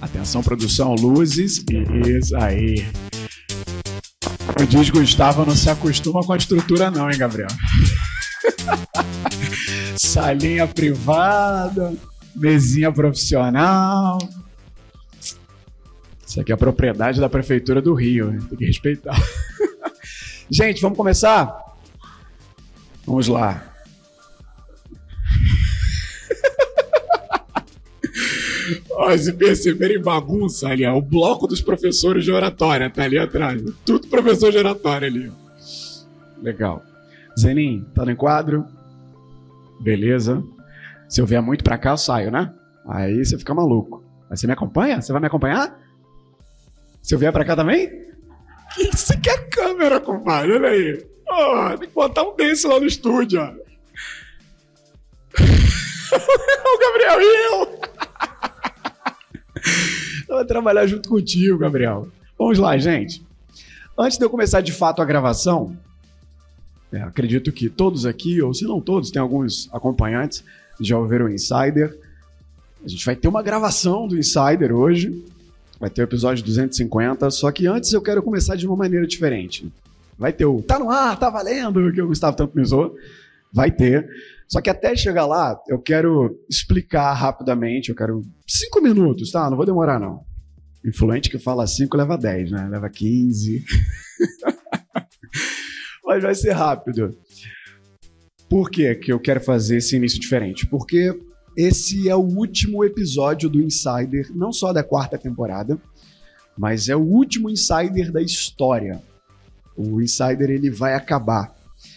Atenção, produção, luzes. Isso aí. O diz Gustavo não se acostuma com a estrutura não, hein, Gabriel? Salinha privada, mesinha profissional. Isso aqui é a propriedade da Prefeitura do Rio, né? Tem que respeitar. Gente, vamos começar? Vamos lá. Ó, se perceberem bagunça ali, ó, o bloco dos professores de oratória tá ali atrás. Tudo professor de oratória ali. Legal. Zenin, tá no enquadro? Beleza. Se eu vier muito pra cá, eu saio, né? Aí você fica maluco. Aí você me acompanha? Você vai me acompanhar? Se eu vier pra cá também? Que você quer câmera, compadre? Olha aí. Oh, tem que botar um desse lá no estúdio, ó. O Gabriel e eu. Eu vou trabalhar junto contigo, Gabriel. Vamos lá, gente. Antes de eu começar de fato a gravação, acredito que todos aqui, ou se não todos, tem alguns acompanhantes, já ouviram o Insider. A gente vai ter uma gravação do Insider hoje. Vai ter o episódio 250, só que antes eu quero começar de uma maneira diferente. Vai ter o tá no ar, tá valendo, que o Gustavo tanto me zoou. Vai ter. Só que até chegar lá, eu quero explicar rapidamente, eu quero 5 minutos, tá? Não vou demorar, não. Influente que fala 5 leva 10, né? Leva 15. Mas vai ser rápido. Por que eu quero fazer esse início diferente? Porque esse é o último episódio do Insider, não só da 4ª temporada, mas é o último Insider da história. O Insider, ele vai acabar.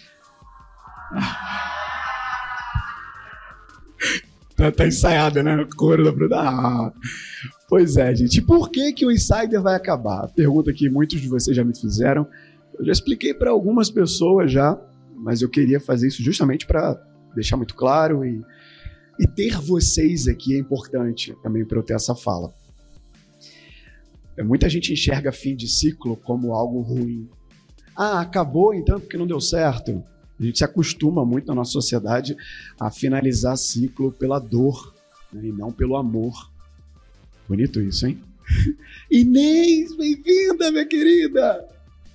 Tá ensaiado, né? O coro da Bruna. Pois é, gente. E por que o Insider vai acabar? Pergunta que muitos de vocês já me fizeram. Eu já expliquei para algumas pessoas já, mas eu queria fazer isso justamente para deixar muito claro e ter vocês aqui é importante também para eu ter essa fala. Muita gente enxerga fim de ciclo como algo ruim. Ah, acabou então porque não deu certo. A gente se acostuma muito na nossa sociedade a finalizar ciclo pela dor, né, e não pelo amor. Bonito isso, hein? Inês, bem-vinda, minha querida!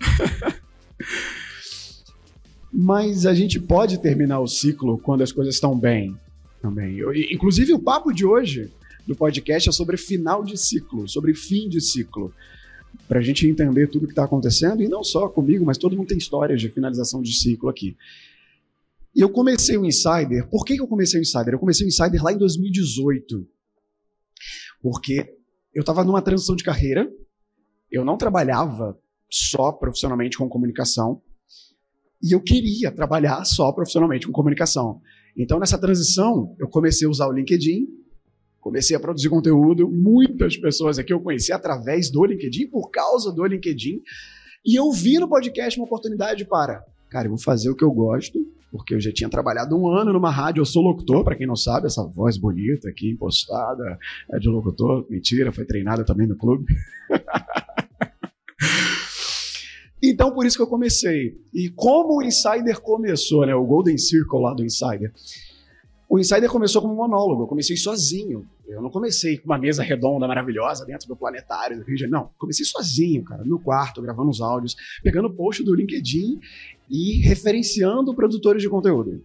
Mas a gente pode terminar o ciclo quando as coisas estão bem também. Inclusive, o papo de hoje do podcast é sobre final de ciclo, sobre fim de ciclo. Para a gente entender tudo o que está acontecendo, e não só comigo, mas todo mundo tem histórias de finalização de ciclo aqui. E eu comecei o Insider. Por que eu comecei o Insider? Eu comecei o Insider lá em 2018. Porque eu estava numa transição de carreira, eu não trabalhava só profissionalmente com comunicação, e eu queria trabalhar só profissionalmente com comunicação. Então, nessa transição, eu comecei a usar o LinkedIn, comecei a produzir conteúdo, muitas pessoas aqui eu conheci através do LinkedIn, por causa do LinkedIn, e eu vi no podcast uma oportunidade para, cara, eu vou fazer o que eu gosto, porque eu já tinha trabalhado 1 ano numa rádio, eu sou locutor, para quem não sabe, essa voz bonita aqui, impostada, é de locutor, mentira, foi treinada também no clube. Então, por isso que eu comecei. E como o Insider começou, né, o Golden Circle lá do Insider, o Insider começou como monólogo, eu comecei sozinho. Eu não comecei com uma mesa redonda maravilhosa dentro do planetário do Rio de Janeiro. Não, comecei sozinho, cara, no quarto, gravando os áudios, pegando o post do LinkedIn e referenciando produtores de conteúdo.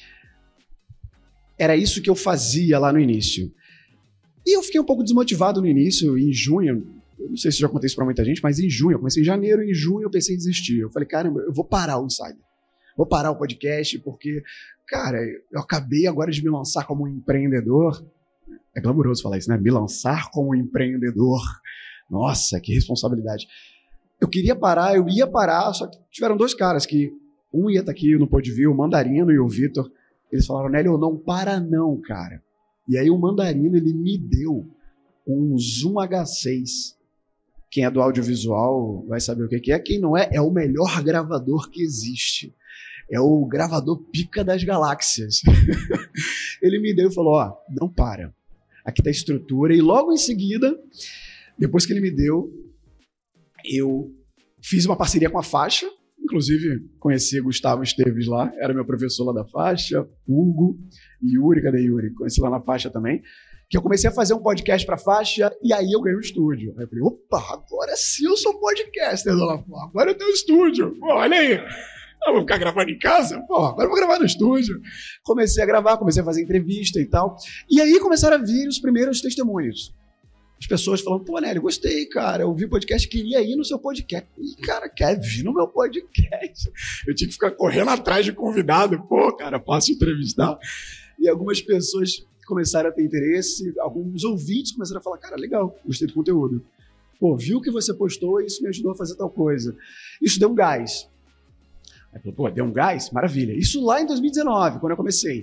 Era isso que eu fazia lá no início. E eu fiquei um pouco desmotivado no início, em junho. Eu não sei se já contei isso pra muita gente, mas em junho, eu comecei em janeiro, em junho eu pensei em desistir. Eu falei, caramba, eu vou parar o Insider. Vou parar o podcast, porque, cara, eu acabei agora de me lançar como um empreendedor. É glamouroso falar isso, né? Me lançar como um empreendedor. Nossa, que responsabilidade. Eu queria parar, eu ia parar, só que tiveram 2 caras que, um ia estar aqui no Podview, o Mandarino e o Vitor. Eles falaram, Nélio, não para não, cara. E aí o Mandarino, ele me deu um Zoom H6. Quem é do audiovisual vai saber o que é. Quem não é o melhor gravador que existe. É o gravador pica das galáxias. Ele me deu e falou, ó, não para. Aqui tá a estrutura. E logo em seguida, depois que ele me deu, eu fiz uma parceria com a Faixa. Inclusive, conheci Gustavo Esteves lá. Era meu professor lá da Faixa. Hugo e Yuri. Cadê Yuri? Conheci lá na Faixa também. que eu comecei a fazer um podcast pra faixa e aí eu ganhei um estúdio. Aí eu falei, opa, agora sim eu sou podcaster, dona Flor. Agora eu tenho um estúdio. Pô, olha aí. Eu vou ficar gravando em casa? Pô, agora eu vou gravar no estúdio. Comecei a gravar, comecei a fazer entrevista e tal. E aí começaram a vir os primeiros testemunhos. As pessoas falando, pô, Nélio, gostei, cara. Eu ouvi podcast, queria ir no seu podcast. E, cara, quer vir no meu podcast? Eu tinha que ficar correndo atrás de convidado. Pô, cara, posso entrevistar? E algumas pessoas começaram a ter interesse, alguns ouvintes começaram a falar, cara, legal, gostei do conteúdo. Pô, viu que você postou e isso me ajudou a fazer tal coisa. Isso deu um gás. Aí falou, pô, deu um gás? Maravilha. Isso lá em 2019, quando eu comecei.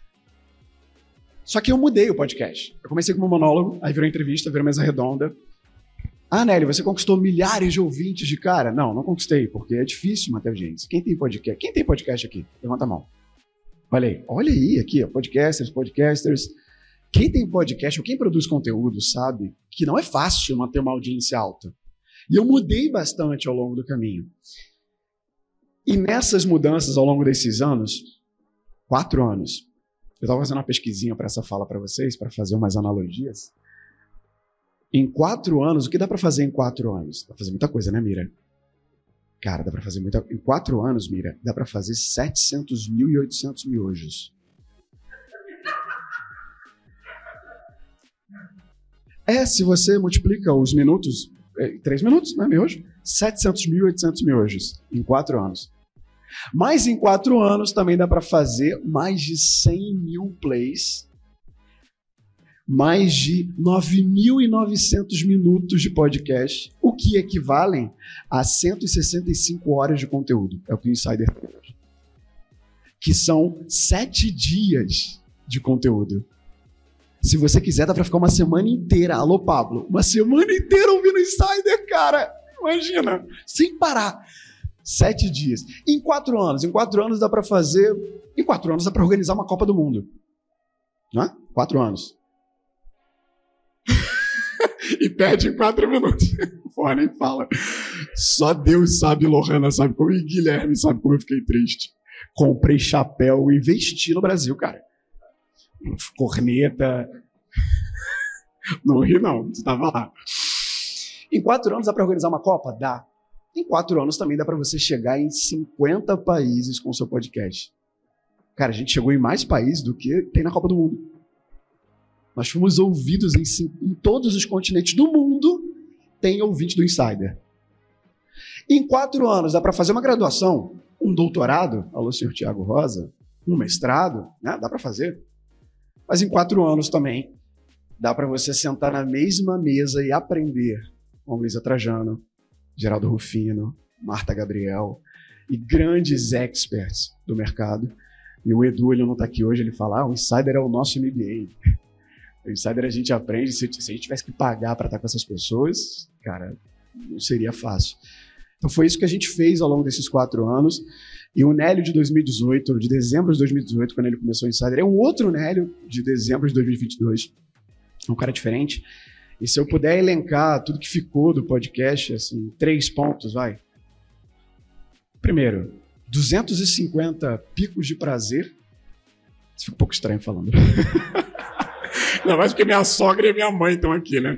Só que eu mudei o podcast. Eu comecei como monólogo, aí virou entrevista, virou mesa redonda. Ah, Nélio, você conquistou milhares de ouvintes de cara? Não, não conquistei, porque é difícil manter audiência. Quem tem podcast? Quem tem podcast aqui? Levanta a mão. Olha aí, aqui, ó, podcasters. Quem tem podcast ou quem produz conteúdo sabe que não é fácil manter uma audiência alta. E eu mudei bastante ao longo do caminho. E nessas mudanças ao longo desses anos, 4 anos, eu estava fazendo uma pesquisinha para essa fala para vocês, para fazer umas analogias. Em 4 anos, o que dá para fazer em 4 anos? Dá para fazer muita coisa, né, Mira? Cara, dá para fazer muita... Em 4 anos, Mira, dá para fazer 700 mil e 800 miojos. Se você multiplica os minutos, 3 minutos, né, miojo? 700 mil e 800 miojos em 4 anos. Mas em 4 anos também dá para fazer mais de 100 mil plays, mais de 9.900 minutos de podcast, o que equivalem a 165 horas de conteúdo. É o que o Insider tem hoje. Que são 7 dias de conteúdo. Se você quiser, dá para ficar uma semana inteira. Alô, Pablo, uma semana inteira ouvindo Insider, cara. Imagina, sem parar. 7 dias. Em 4 anos. Em 4 anos dá para fazer... Em 4 anos dá para organizar uma Copa do Mundo. Não é? 4 anos. E perde em 4 minutos. Porra, nem fala. Só Deus sabe, Lohana sabe como, e Guilherme sabe como eu fiquei triste. Comprei chapéu, investi no Brasil, cara. Corneta. Não ri não, você estava lá. Em 4 anos dá para organizar uma Copa? Dá. Em 4 anos também dá para você chegar em 50 países com o seu podcast. Cara, a gente chegou em mais países do que tem na Copa do Mundo. Nós fomos ouvidos em todos os continentes do mundo, tem ouvinte do Insider. Em 4 anos dá para fazer uma graduação, um doutorado, alô, senhor Tiago Rosa, um mestrado, né? Dá para fazer. Mas em 4 anos também dá para você sentar na mesma mesa e aprender com Luísa Trajano, Geraldo Rufino, Marta Gabriel e grandes experts do mercado. E o Edu, ele não está aqui hoje, ele fala, o Insider é o nosso MBA. O Insider a gente aprende, se a gente tivesse que pagar para estar com essas pessoas, cara, não seria fácil. Então foi isso que a gente fez ao longo desses 4 anos. E o Nélio de 2018, de dezembro de 2018, quando ele começou o Insider, é um outro Nélio de dezembro de 2022. É um cara diferente. E se eu puder elencar tudo que ficou do podcast, assim, 3 pontos, vai. Primeiro, 250 picos de prazer. Isso fica um pouco estranho falando. Não, mas porque minha sogra e minha mãe estão aqui, né?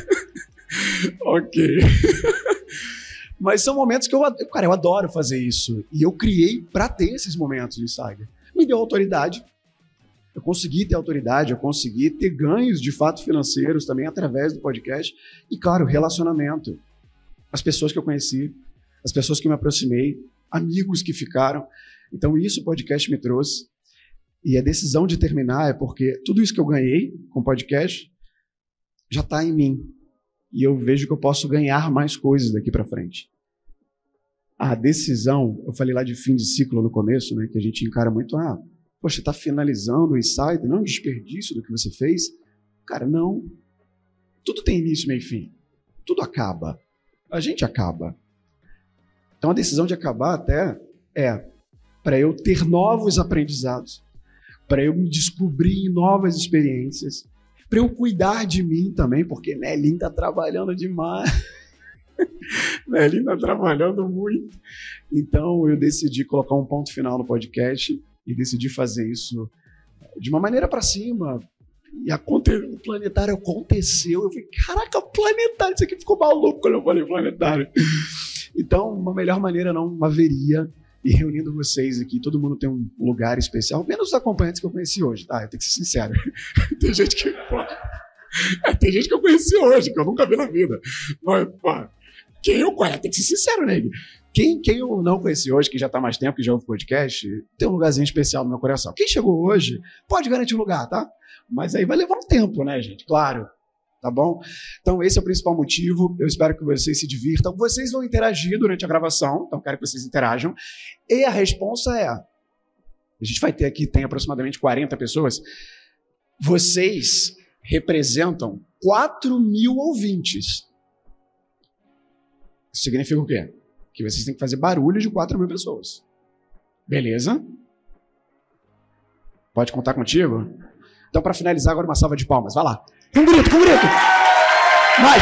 Ok. Mas são momentos que eu adoro fazer isso. E eu criei para ter esses momentos de Insider. Me deu autoridade. Eu consegui ter autoridade, eu consegui ter ganhos de fato financeiros também através do podcast. E, claro, relacionamento. As pessoas que eu conheci, as pessoas que me aproximei, amigos que ficaram. Então, isso o podcast me trouxe. E a decisão de terminar é porque tudo isso que eu ganhei com o podcast já está em mim. E eu vejo que eu posso ganhar mais coisas daqui para frente. A decisão, eu falei lá de fim de ciclo no começo, né, que a gente encara muito, poxa, está finalizando o Insider, não é um desperdício do que você fez? Cara, não. Tudo tem início, meio e fim. Tudo acaba. A gente acaba. Então a decisão de acabar até é para eu ter novos aprendizados, para eu me descobrir em novas experiências, para eu cuidar de mim também, porque Nelinho está trabalhando demais. Nelinho está trabalhando muito. Então eu decidi colocar um ponto final no podcast e decidi fazer isso de uma maneira para cima, E o planetário aconteceu. Eu falei, caraca, planetário, isso aqui ficou maluco quando eu falei planetário. Então, uma melhor maneira não haveria. E reunindo vocês aqui, todo mundo tem um lugar especial, menos os acompanhantes que eu conheci hoje, tá? Eu tenho que ser sincero. Tem gente que eu conheci hoje, que eu nunca vi na vida. Mas, pô, quem eu conheço? Tem que ser sincero, né? Quem eu não conheci hoje, que já está mais tempo, que já ouve podcast, tem um lugarzinho especial no meu coração. Quem chegou hoje, pode garantir um lugar, tá? Mas aí vai levar um tempo, né, gente? Claro. Tá bom? Então, esse é o principal motivo. Eu espero que vocês se divirtam. Vocês vão interagir durante a gravação, então quero que vocês interajam. E a responsa é... A gente vai ter aqui, tem aproximadamente 40 pessoas. Vocês representam 4.000 ouvintes. Isso significa o quê? Que vocês têm que fazer barulho de 4.000 pessoas. Beleza? Pode contar contigo? Então, para finalizar, agora uma salva de palmas. Vai lá. Com grito, com grito. Vai.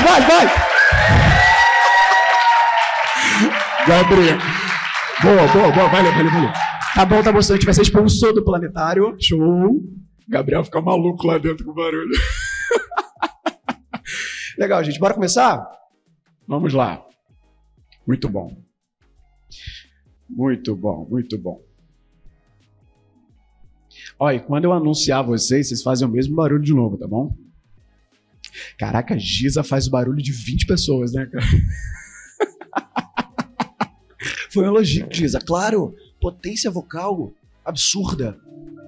Gabriel. Boa. Valeu. Tá bom. Se a gente vai ser expulsor do planetário. Show. Gabriel fica maluco lá dentro com o barulho. Legal, gente. Bora começar? Vamos lá. Muito bom. Olha, quando eu anunciar vocês fazem o mesmo barulho de novo, tá bom? Caraca, Giza faz o barulho de 20 pessoas, né, cara? Foi um elogio, Giza. Claro, potência vocal absurda.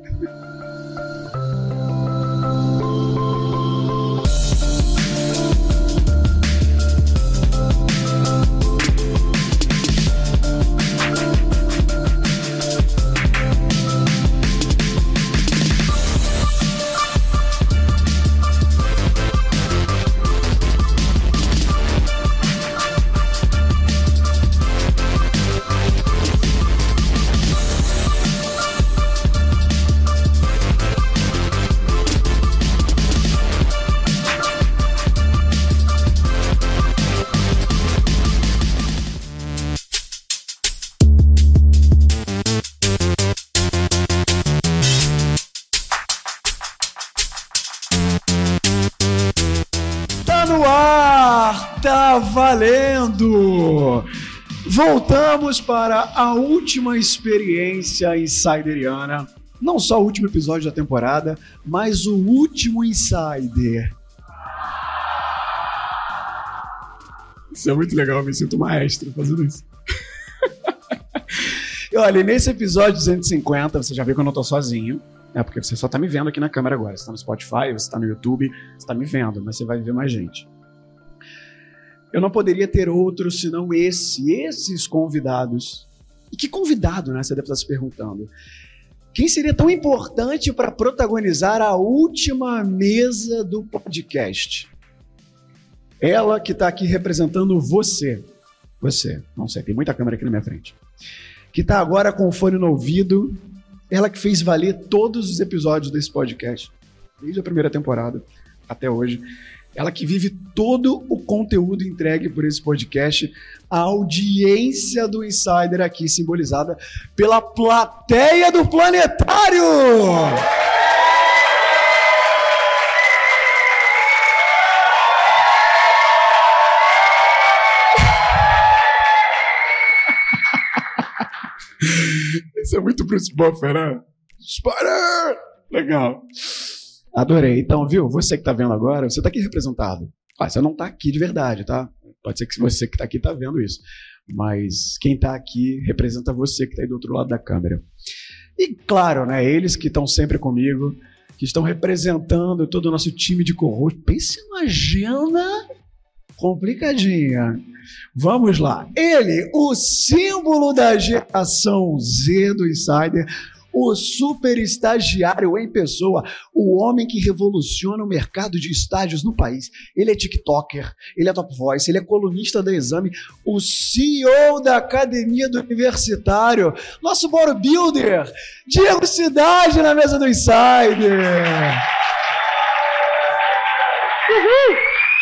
Tá valendo! Voltamos para a última experiência insideriana. Não só o último episódio da temporada, mas o último Insider. Isso é muito legal, eu me sinto maestro fazendo isso. E olha, nesse episódio 250, você já viu que eu não tô sozinho. Porque você só tá me vendo aqui na câmera agora. Você tá no Spotify, você tá no YouTube, você tá me vendo, mas você vai ver mais gente. Eu não poderia ter outro senão esses convidados. E que convidado, né? Você deve estar se perguntando. Quem seria tão importante para protagonizar a última mesa do podcast? Ela que está aqui representando você. Você, não sei, tem muita câmera aqui na minha frente. Que está agora com o fone no ouvido. Ela que fez valer todos os episódios desse podcast. Desde a primeira temporada até hoje. Ela que vive todo o conteúdo entregue por esse podcast, a audiência do Insider aqui simbolizada pela plateia do Planetário! Isso é muito Bruce Buffer, né? Spider! Legal. Adorei. Então, viu? Você que tá vendo agora, você tá aqui representado. Você não tá aqui de verdade, tá? Pode ser que você que tá aqui tá vendo isso. Mas quem tá aqui representa você que tá aí do outro lado da câmera. E claro, né? Eles que estão sempre comigo, que estão representando todo o nosso time de co-host. Pense numa agenda complicadinha. Vamos lá. Ele, o símbolo da geração Z do Insider, o super estagiário em pessoa, o homem que revoluciona o mercado de estágios no país. Ele é tiktoker, ele é top voice, ele é colunista da Exame, o CEO da Academia do Universitário, nosso bodybuilder, Diego Cidade na mesa do Insider. Uhul!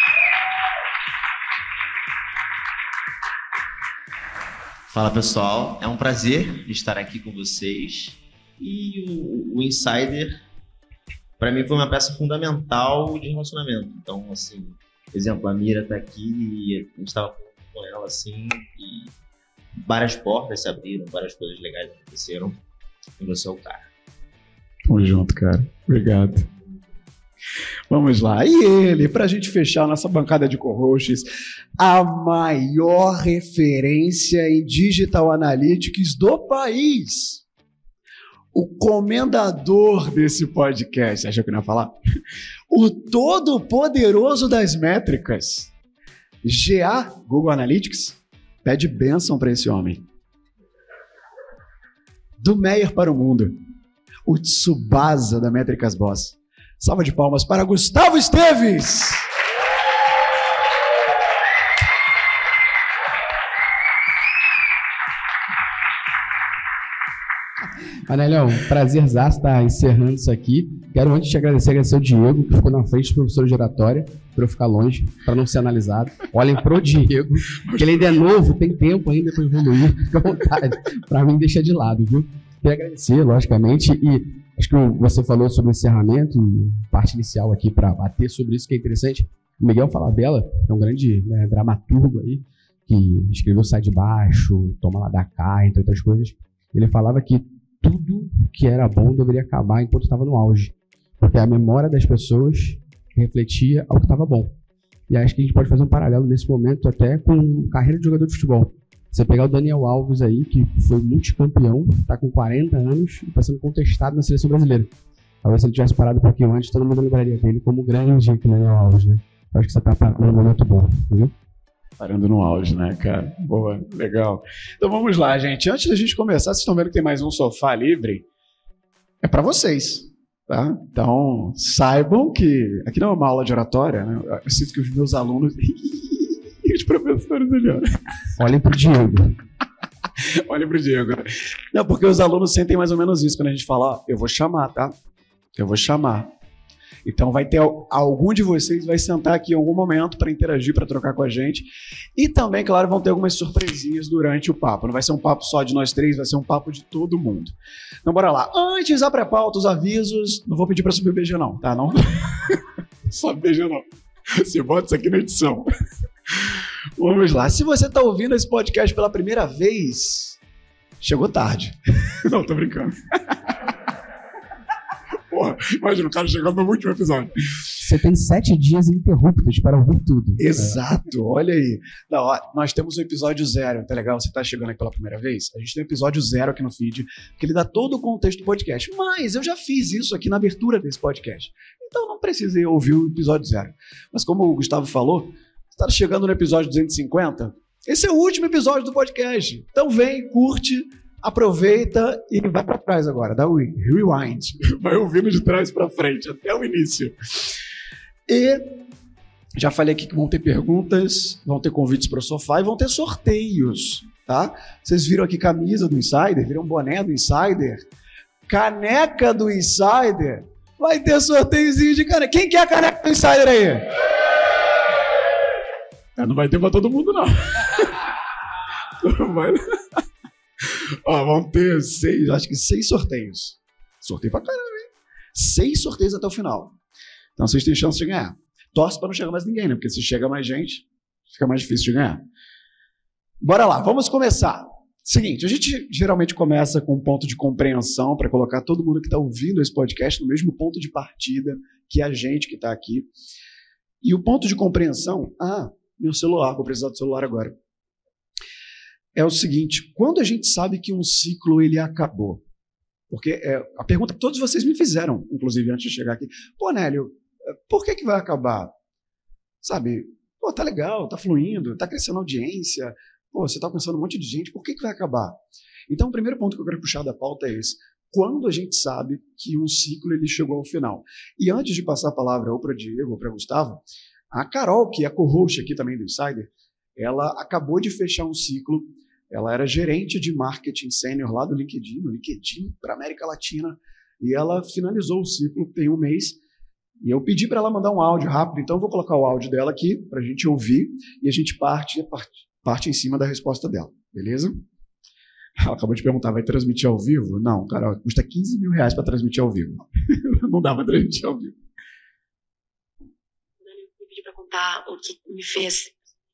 Fala pessoal, é um prazer estar aqui com vocês. E o Insider Pra mim foi uma peça fundamental de relacionamento. Então, assim, por exemplo, a Mira tá aqui e a gente tava com ela, assim, e várias portas se abriram, várias coisas legais aconteceram, e você é o cara. Tamo junto, cara. Obrigado. Vamos lá. E ele, pra gente fechar a nossa bancada de co-hosts, a maior referência em Digital Analytics do país. O comendador desse podcast. Você achou que eu não ia falar? O todo-poderoso das métricas. GA, Google Analytics, pede bênção para esse homem. Do Meyer para o mundo. O Tsubasa da Métricas Boss. Salva de palmas para Gustavo Esteves! Anelhão, prazerzaço estar encerrando isso aqui. Quero antes te agradecer ao Diego, que ficou na frente do professor de oratória, para eu ficar longe, para não ser analisado. Olhem pro Diego, que ele ainda é novo, tem tempo ainda para evoluir, fica à vontade. Para mim, deixa de lado, viu? Quero agradecer, logicamente, e acho que você falou sobre o encerramento, parte inicial aqui para bater sobre isso, que é interessante. O Miguel Falabella, que é um grande dramaturgo aí, que escreveu Sai de Baixo, Toma Lá da Cá, entre outras coisas. Ele falava que tudo que era bom deveria acabar enquanto estava no auge, porque a memória das pessoas refletia ao que estava bom. E acho que a gente pode fazer um paralelo nesse momento até com carreira de jogador de futebol. Você pegar o Daniel Alves aí, que foi multicampeão, está com 40 anos e está sendo contestado na seleção brasileira. Talvez se ele tivesse parado um pouquinho antes, todo mundo lembraria dele como grande Daniel Alves, né? Eu acho que você está num momento bom, viu? Parando no auge, né, cara? Boa, legal. Então vamos lá, gente. Antes da gente começar, vocês estão vendo que tem mais um sofá livre? É para vocês, tá? Então, saibam que aqui não é uma aula de oratória, né? Eu sinto que os meus alunos e os professores ali, olhem pro Diego. Olhem pro Diego. Não, porque os alunos sentem mais ou menos isso quando a gente fala, ó, eu vou chamar, tá? Eu vou chamar. Então vai ter algum de vocês vai sentar aqui em algum momento para interagir, para trocar com a gente. E também, claro, vão ter algumas surpresinhas durante o papo. Não vai ser um papo só de nós três, vai ser um papo de todo mundo. Então bora lá. Antes da pré-pauta, os avisos. Não vou pedir para subir o BG não, tá? Não? Só BG não. Você bota isso aqui na edição. Vamos lá. Se você está ouvindo esse podcast pela primeira vez, chegou tarde. Não, tô brincando. Porra, imagina o cara chegando no último episódio. Você tem 7 dias ininterruptos para ouvir tudo. Exato, olha aí. Não, ó, nós temos o episódio 0, tá legal? Você tá chegando aqui pela primeira vez? A gente tem o episódio 0 aqui no feed, que ele dá todo o contexto do podcast. Mas eu já fiz isso aqui na abertura desse podcast. Então não precisei ouvir o episódio 0. Mas como o Gustavo falou, você tá chegando no episódio 250, esse é o último episódio do podcast. Então vem, curte, aproveita e vai para trás agora, dá o rewind, vai ouvindo de trás para frente, até o início. E já falei aqui que vão ter perguntas, vão ter convites para o sofá e vão ter sorteios, tá? Vocês viram aqui camisa do Insider, viram boné do Insider, caneca do Insider, vai ter sorteiozinho de caneca. Quem quer a caneca do Insider aí? Não vai ter para todo mundo, não. Não vai. Ó, vão ter 6, acho que 6 sorteios. Sorteio pra caramba, hein? 6 sorteios até o final. Então vocês têm chance de ganhar. Torce pra não chegar mais ninguém, né? Porque se chega mais gente, fica mais difícil de ganhar. Bora lá, vamos começar. Seguinte, a gente geralmente começa com um ponto de compreensão para colocar todo mundo que está ouvindo esse podcast no mesmo ponto de partida que a gente que está aqui. E o ponto de compreensão... meu celular, vou precisar do celular agora. É o seguinte, quando a gente sabe que um ciclo ele acabou, porque é a pergunta que todos vocês me fizeram, inclusive antes de chegar aqui, pô, Nélio, por que vai acabar? Sabe, pô, tá legal, tá fluindo, tá crescendo a audiência, pô, você tá alcançando um monte de gente, por que vai acabar? Então, o primeiro ponto que eu quero puxar da pauta é esse, quando a gente sabe que um ciclo ele chegou ao final. E antes de passar a palavra ou para Diego ou para Gustavo, a Carol, que é a co-host aqui também do Insider, ela acabou de fechar um ciclo. Ela era gerente de marketing sênior lá do LinkedIn, para a América Latina, e ela finalizou o ciclo tem um mês, e eu pedi para ela mandar um áudio rápido, então eu vou colocar o áudio dela aqui, para a gente ouvir, e a gente parte em cima da resposta dela, beleza? Ela acabou de perguntar, vai transmitir ao vivo? Não, cara, custa 15 mil reais para transmitir ao vivo. Não dava pra gente ao vivo. Me pediu para contar o que me fez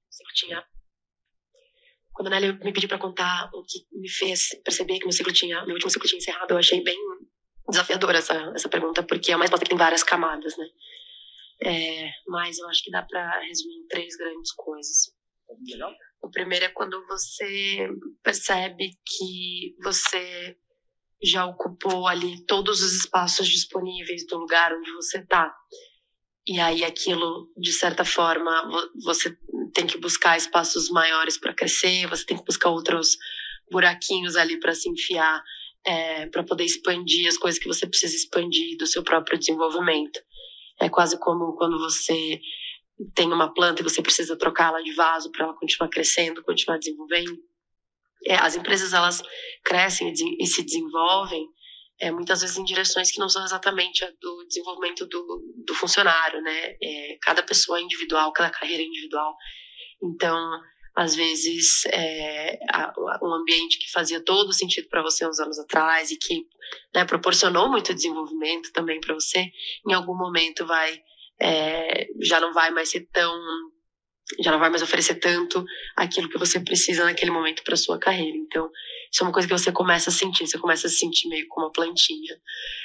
Quando a Nelly me pediu para contar o que me fez perceber que meu último ciclo tinha encerrado, eu achei bem desafiadora essa pergunta, porque é uma resposta que tem várias camadas, né? Mas eu acho que dá para resumir em 3 grandes coisas. O primeiro é quando você percebe que você já ocupou ali todos os espaços disponíveis do lugar onde você está. E aí aquilo, de certa forma, você tem que buscar espaços maiores para crescer, você tem que buscar outros buraquinhos ali para se enfiar, para poder expandir as coisas que você precisa expandir do seu próprio desenvolvimento. É quase como quando você tem uma planta e você precisa trocá-la de vaso para ela continuar crescendo, continuar desenvolvendo. As empresas, elas crescem e se desenvolvem muitas vezes em direções que não são exatamente a do desenvolvimento do funcionário, né? Cada pessoa é individual, cada carreira é individual. Então, às vezes, um ambiente que fazia todo sentido para você uns anos atrás e que, né, proporcionou muito desenvolvimento também para você, em algum momento já não vai mais oferecer tanto aquilo que você precisa naquele momento para sua carreira. Então, isso é uma coisa que você começa a sentir meio como uma plantinha.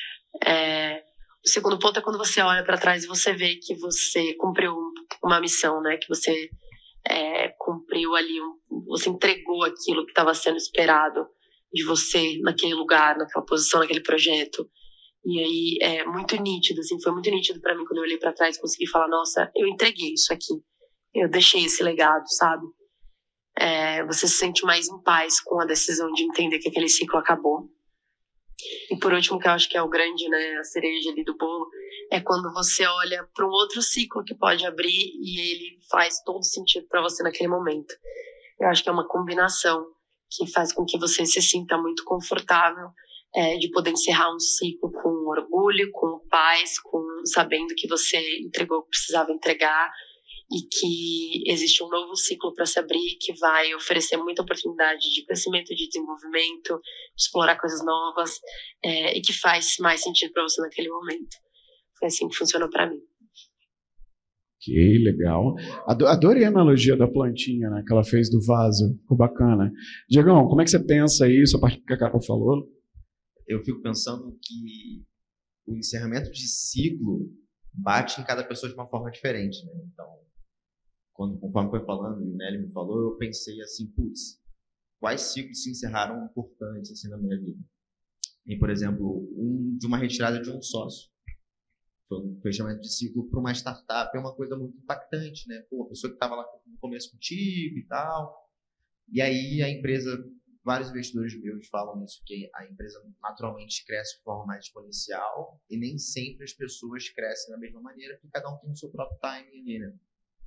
O segundo ponto é quando você olha para trás e você vê que você cumpriu uma missão, né? Que você cumpriu ali, você entregou aquilo que estava sendo esperado de você naquele lugar, naquela posição, naquele projeto. E aí é muito nítido, assim, foi muito nítido para mim quando eu olhei para trás e consegui falar, nossa, eu entreguei isso aqui. Eu deixei esse legado, sabe? Você se sente mais em paz com a decisão de entender que aquele ciclo acabou. E por último, que eu acho que é o grande, né, a cereja ali do bolo, é quando você olha para um outro ciclo que pode abrir e ele faz todo sentido para você naquele momento. Eu acho que é uma combinação que faz com que você se sinta muito confortável de poder encerrar um ciclo com orgulho, com paz, sabendo que você entregou o que precisava entregar, e que existe um novo ciclo para se abrir que vai oferecer muita oportunidade de crescimento, de desenvolvimento, de explorar coisas novas, e que faz mais sentido para você naquele momento. Foi assim que funcionou para mim. Que legal. Adorei a analogia da plantinha, né, que ela fez do vaso. Ficou bacana. Diegão, como é que você pensa isso a partir do que a Capa falou? Eu fico pensando que o encerramento de ciclo bate em cada pessoa de uma forma diferente, né? Então, conforme foi falando e o Nelly me falou, eu pensei assim, putz, quais ciclos se encerraram importantes assim na minha vida? E, por exemplo, de uma retirada de um sócio. Foi um fechamento de ciclo para uma startup, é uma coisa muito impactante, né? Pô, a pessoa que estava lá no começo contigo e tal. E aí a empresa, vários investidores meus falam isso, que a empresa naturalmente cresce de forma mais exponencial e nem sempre as pessoas crescem da mesma maneira, porque cada um tem o seu próprio timing ali, né?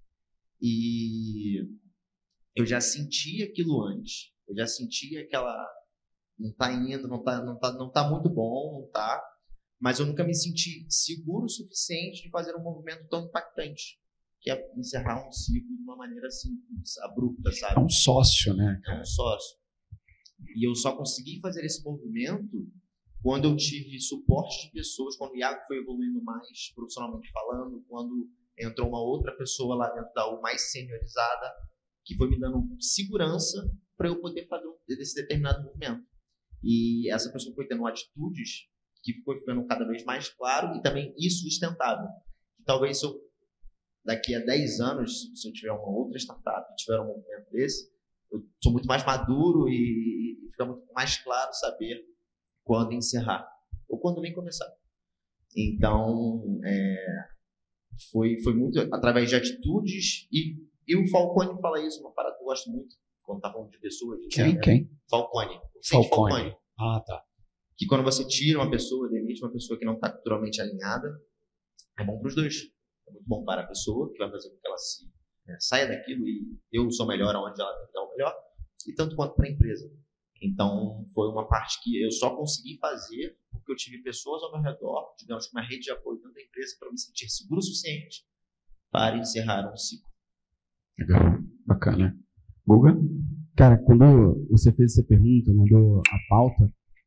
E eu já senti aquilo antes. Eu já senti aquela... Não tá indo, não tá muito bom, não tá. Mas eu nunca me senti seguro o suficiente de fazer um movimento tão impactante, que é encerrar um ciclo de uma maneira assim, abrupta, sabe? É um sócio, né? É um sócio. E eu só consegui fazer esse movimento quando eu tive suporte de pessoas, quando o Iago foi evoluindo mais profissionalmente falando, quando entrou uma outra pessoa lá dentro da U mais seniorizada, que foi me dando segurança para eu poder fazer esse determinado movimento. E essa pessoa foi tendo atitudes que foi ficando cada vez mais claro e também insustentável. Talvez daqui a 10 anos, se eu tiver uma outra startup, tiver um movimento desse, eu sou muito mais maduro e fica muito mais claro saber quando encerrar ou quando nem começar. Então, foi muito através de atitudes e o Falcone fala isso, uma parada que eu gosto muito, quando tá falando de pessoas. Quem? Falcone. Falcone. Ah, tá. Que quando você tira uma pessoa, demite uma pessoa que não está culturalmente alinhada, é bom para os dois. É muito bom para a pessoa, que vai fazer com que ela saia daquilo e eu sou melhor onde ela tem que dar o melhor, e tanto quanto para a empresa. Então, foi uma parte que eu só consegui fazer porque eu tive pessoas ao meu redor, digamos que uma rede de apoio dentro da empresa, para me sentir seguro o suficiente para encerrar um ciclo. Legal, bacana. Guga? Cara, quando você fez essa pergunta, mandou a pauta,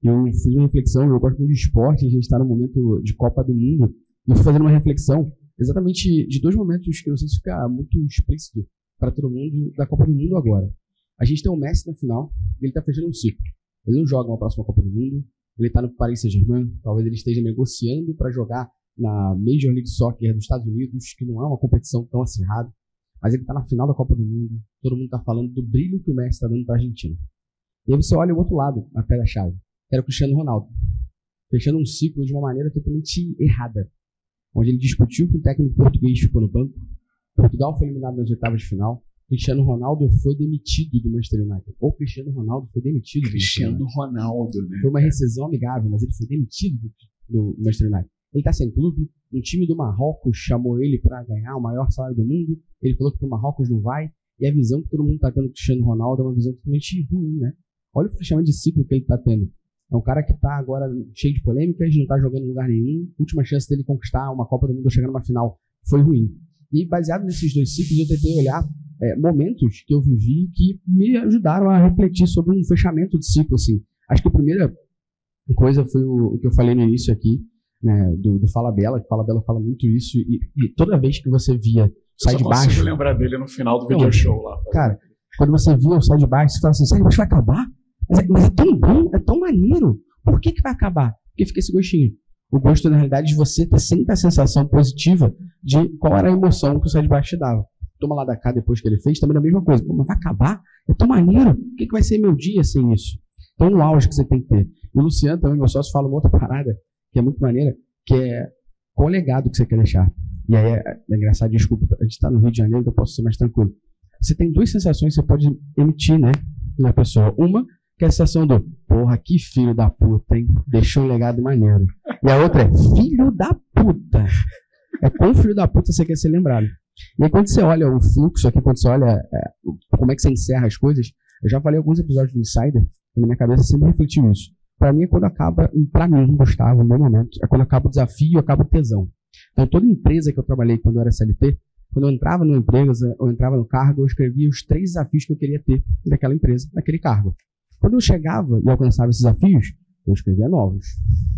Eu fiz uma reflexão, eu gosto muito de esporte, a gente está no momento de Copa do Mundo, e eu fui fazendo uma reflexão exatamente de 2 momentos que eu não sei se fica muito explícito para todo mundo da Copa do Mundo agora. A gente tem o Messi na final, e ele está fechando um ciclo. Ele não joga uma próxima Copa do Mundo, ele está no Paris Saint-Germain, talvez ele esteja negociando para jogar na Major League Soccer dos Estados Unidos, que não é uma competição tão acirrada, mas ele está na final da Copa do Mundo, todo mundo está falando do brilho que o Messi está dando para a Argentina. E aí você olha o outro lado, a pé da chave, que era o Cristiano Ronaldo, fechando um ciclo de uma maneira totalmente errada, onde ele discutiu com o técnico português, ficou no banco, Portugal foi eliminado nas oitavas de final, Cristiano Ronaldo foi demitido do Manchester United. Ou Cristiano Ronaldo foi demitido do Cristiano Ronaldo, né? Foi uma rescisão amigável, mas ele foi demitido do Manchester United. Ele está sem clube, um time do Marrocos chamou ele para ganhar o maior salário do mundo, ele falou que o Marrocos não vai, e a visão que todo mundo está tendo do Cristiano Ronaldo é uma visão totalmente ruim, né? Olha o fechamento de ciclo que ele está tendo. É um cara que está agora cheio de polêmicas, não está jogando em lugar nenhum, a última chance dele conquistar uma Copa do Mundo ou chegar numa final foi ruim. E baseado nesses 2 ciclos, eu tentei olhar momentos que eu vivi que me ajudaram a refletir sobre um fechamento de ciclo, assim. Acho que a primeira coisa foi o que eu falei no início aqui, né, do Fala Bela, que o Fala Bela fala muito isso, e toda vez que você via Sai de Baixo... Eu só consigo lembrar dele no final do video show lá. Cara, quando você via o Sai de Baixo, você fala assim, Sai de Baixo vai acabar? Mas é tão bom, é tão maneiro. Por que vai acabar? Porque fica esse gostinho. O gosto, na realidade, de você ter sempre a sensação positiva de qual era a emoção que o Sai de Baixo te dava. Toma lá da cá depois que ele fez, também é a mesma coisa. Pô, mas vai acabar? É tão maneiro. O que vai ser meu dia sem isso? Então, o auge que você tem que ter. E o Luciano também, meu sócio, fala uma outra parada que é muito maneira, que é qual o legado que você quer deixar. E aí é engraçado, desculpa, a gente está no Rio de Janeiro, então eu posso ser mais tranquilo. Você tem 2 sensações que você pode emitir, né, na pessoa. Uma, que é a sensação do, porra, que filho da puta, hein? Deixou um legado maneiro. E a outra é, filho da puta. É quão filho da puta você quer ser lembrado. E aí, quando você olha o fluxo aqui, quando você olha como é que você encerra as coisas, eu já falei alguns episódios do Insider, e na minha cabeça sempre refletiu isso. Pra mim é quando acaba, pra mim, Gustavo, no meu momento, é quando acaba o desafio e acaba o tesão. Então, toda empresa que eu trabalhei quando eu era CLT, quando eu entrava numa empresa, ou entrava no cargo, eu escrevia os 3 desafios que eu queria ter daquela empresa, daquele cargo. Quando eu chegava e alcançava esses desafios, eu escrevia novos.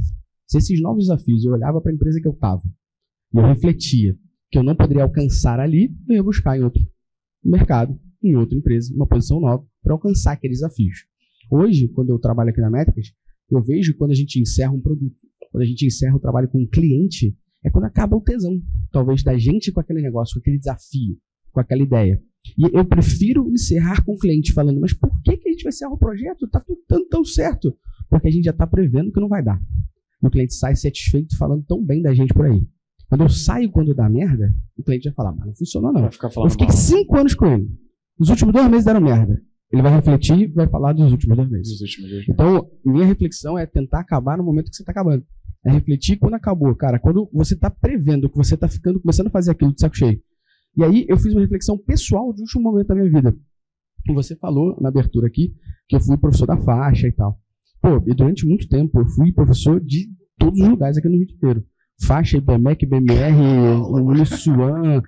Se esses novos desafios eu olhava para a empresa que eu estava e eu refletia que eu não poderia alcançar ali, eu ia buscar em outro mercado, em outra empresa, uma posição nova, para alcançar aqueles desafios. Hoje, quando eu trabalho aqui na Métricas, eu vejo que quando a gente encerra um produto, quando a gente encerra o trabalho com um cliente, é quando acaba o tesão, talvez, da gente com aquele negócio, com aquele desafio, com aquela ideia. E eu prefiro encerrar com o cliente falando, mas por que a gente vai encerrar o projeto? Está tudo tão certo. Porque a gente já está prevendo que não vai dar. E o cliente sai satisfeito falando tão bem da gente por aí. Quando eu saio quando dá merda, o cliente vai falar, mas não funcionou não. Eu fiquei 5 anos com ele. Os últimos 2 meses deram merda. Ele vai refletir e vai falar dos últimos 2 meses. Então, minha reflexão é tentar acabar no momento que você está acabando. É refletir quando acabou. Cara, quando você está prevendo que você está começando a fazer aquilo de saco cheio. E aí eu fiz uma reflexão pessoal de último momento da minha vida. E você falou na abertura aqui que eu fui professor da faixa e tal. Pô, e durante muito tempo eu fui professor de todos os lugares aqui no Rio de Janeiro. Faixa, IBMEC, BMR, Uniswan,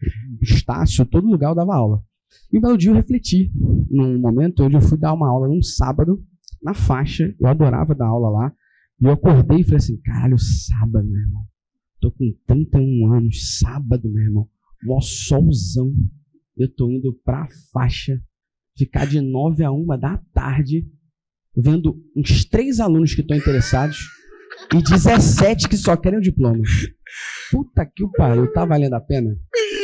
Estácio, todo lugar eu dava aula. E um belo dia eu refleti num momento onde eu fui dar uma aula num sábado, na faixa, eu adorava dar aula lá, e eu acordei e falei assim, caralho, sábado, meu irmão. Tô com 31 anos, sábado, meu irmão. Mó solzão. Eu tô indo pra faixa, ficar de 9 a 1 da tarde, vendo uns 3 alunos que estão interessados e 17 que só querem o diploma. Puta que o pariu, tá valendo a pena?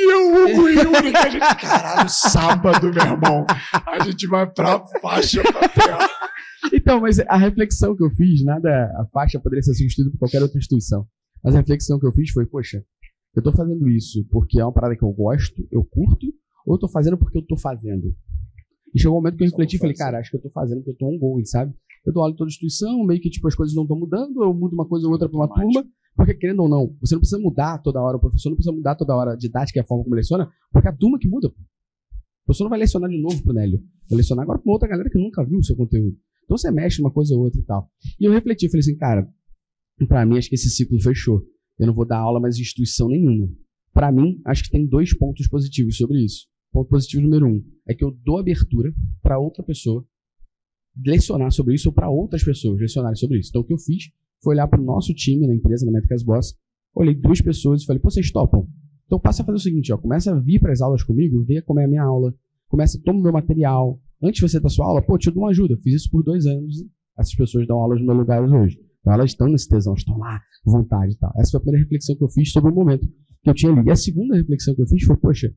Caralho, sábado, meu irmão. A gente vai pra faixa pra terra. Então, mas a reflexão que eu fiz, a faixa poderia ser substituída por qualquer outra instituição. Mas a reflexão que eu fiz foi, poxa, eu tô fazendo isso porque é uma parada que eu gosto, eu curto, ou eu tô fazendo porque eu tô fazendo? E chegou um momento que eu refleti e falei, cara, acho que eu tô fazendo porque eu tô ongoing, sabe? Eu dou aula em toda instituição, meio que tipo as coisas não estão mudando, eu mudo uma coisa ou outra para uma turma, porque querendo ou não, você não precisa mudar toda hora, o professor não precisa mudar toda hora a didática e a forma como leciona, porque é a turma que muda. O professor não vai lecionar de novo pro Nélio, vai lecionar agora para outra galera que nunca viu o seu conteúdo. Então você mexe uma coisa ou outra e tal. E eu refleti, falei assim, cara, pra mim acho que esse ciclo fechou. Eu não vou dar aula mais em instituição nenhuma. Pra mim, acho que tem 2 pontos positivos sobre isso. Ponto positivo número 1 é que eu dou abertura para outra pessoa lecionar sobre isso ou para outras pessoas lecionarem sobre isso. Então, o que eu fiz foi olhar para o nosso time na empresa, na Métricas Boss, olhei 2 pessoas e falei, pô, vocês topam? Então, passa a fazer o seguinte, ó, começa a vir para as aulas comigo, ver como é a minha aula, toma o meu material. Antes de você dar sua aula, pô, te dou uma ajuda. Eu fiz isso por 2 anos e essas pessoas dão aulas no meu lugar hoje. Então, elas estão nesse tesão, estão lá, com vontade e tal. Essa foi a primeira reflexão que eu fiz sobre o momento que eu tinha ali. E a segunda reflexão que eu fiz foi, poxa,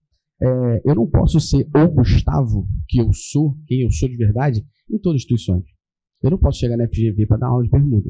eu não posso ser o Gustavo, que eu sou, quem eu sou de verdade, em todas as instituições. Eu não posso chegar na FGV para dar aula de bermuda.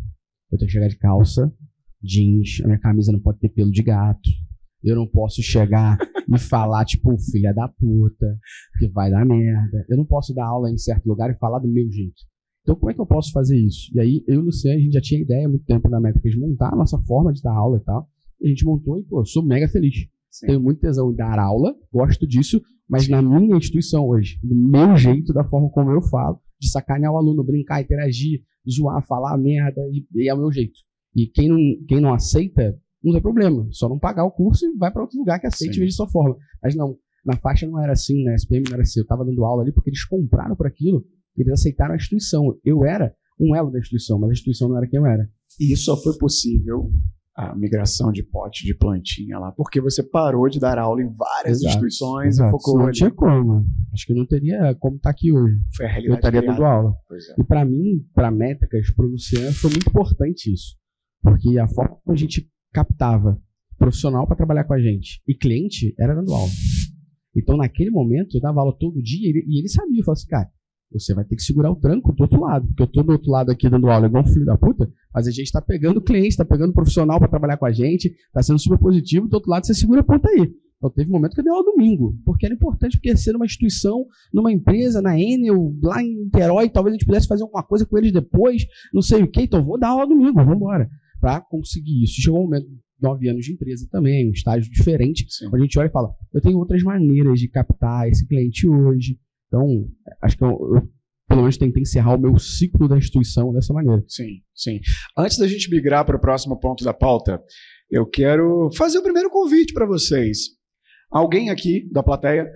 Eu tenho que chegar de calça, jeans, a minha camisa não pode ter pelo de gato. Eu não posso chegar e falar, tipo, filha da puta, que vai dar merda. Eu não posso dar aula em certo lugar e falar do meu jeito. Então, como é que eu posso fazer isso? E aí, eu e o Luciano, a gente já tinha ideia há muito tempo na Métricas de montar a nossa forma de dar aula e tal. E a gente montou e, pô, eu sou mega feliz. Sim. Tenho muito tesão em dar aula, gosto disso, mas na minha instituição hoje, do meu jeito, da forma como eu falo, de sacanear o aluno, brincar, interagir, zoar, falar merda, e é o meu jeito. E quem não aceita, não tem problema, só não pagar o curso e vai para outro lugar que aceite e veja de sua forma. Mas não, na faixa não era assim, na SPM não era assim, eu estava dando aula ali porque eles compraram por aquilo, eles aceitaram a instituição. Eu era um elo da instituição, mas a instituição não era quem eu era. E isso só foi possível, a migração de pote de plantinha lá, porque você parou de dar aula em várias instituições e focou não tinha como. Acho que não teria como estar aqui hoje. Foi a realidade. Eu estaria dando aula. É. E para mim, para Métricas, para o Luciano, foi muito importante isso. Porque a forma como a gente captava profissional para trabalhar com a gente e cliente era dando aula. Então, naquele momento, eu dava aula todo dia e ele sabia. Eu falava assim, cara, você vai ter que segurar o tranco do outro lado, porque eu tô do outro lado aqui dando aula igual um filho da puta, mas a gente tá pegando cliente, tá pegando profissional para trabalhar com a gente, tá sendo super positivo, do outro lado você segura a ponta aí. Então teve um momento que eu dei aula domingo, porque era importante, porque ia ser numa instituição, numa empresa, na Enel, lá em Niterói, talvez a gente pudesse fazer alguma coisa com eles depois, não sei o que, então vou dar aula domingo, vamos embora, para conseguir isso. Chegou um momento, 9 anos de empresa também, um estágio diferente, onde a gente olha e fala, eu tenho outras maneiras de captar esse cliente hoje. Então, acho que eu pelo menos tentei encerrar o meu ciclo da instituição dessa maneira. Sim, sim. Antes da gente migrar para o próximo ponto da pauta, eu quero fazer o primeiro convite para vocês. Alguém aqui da plateia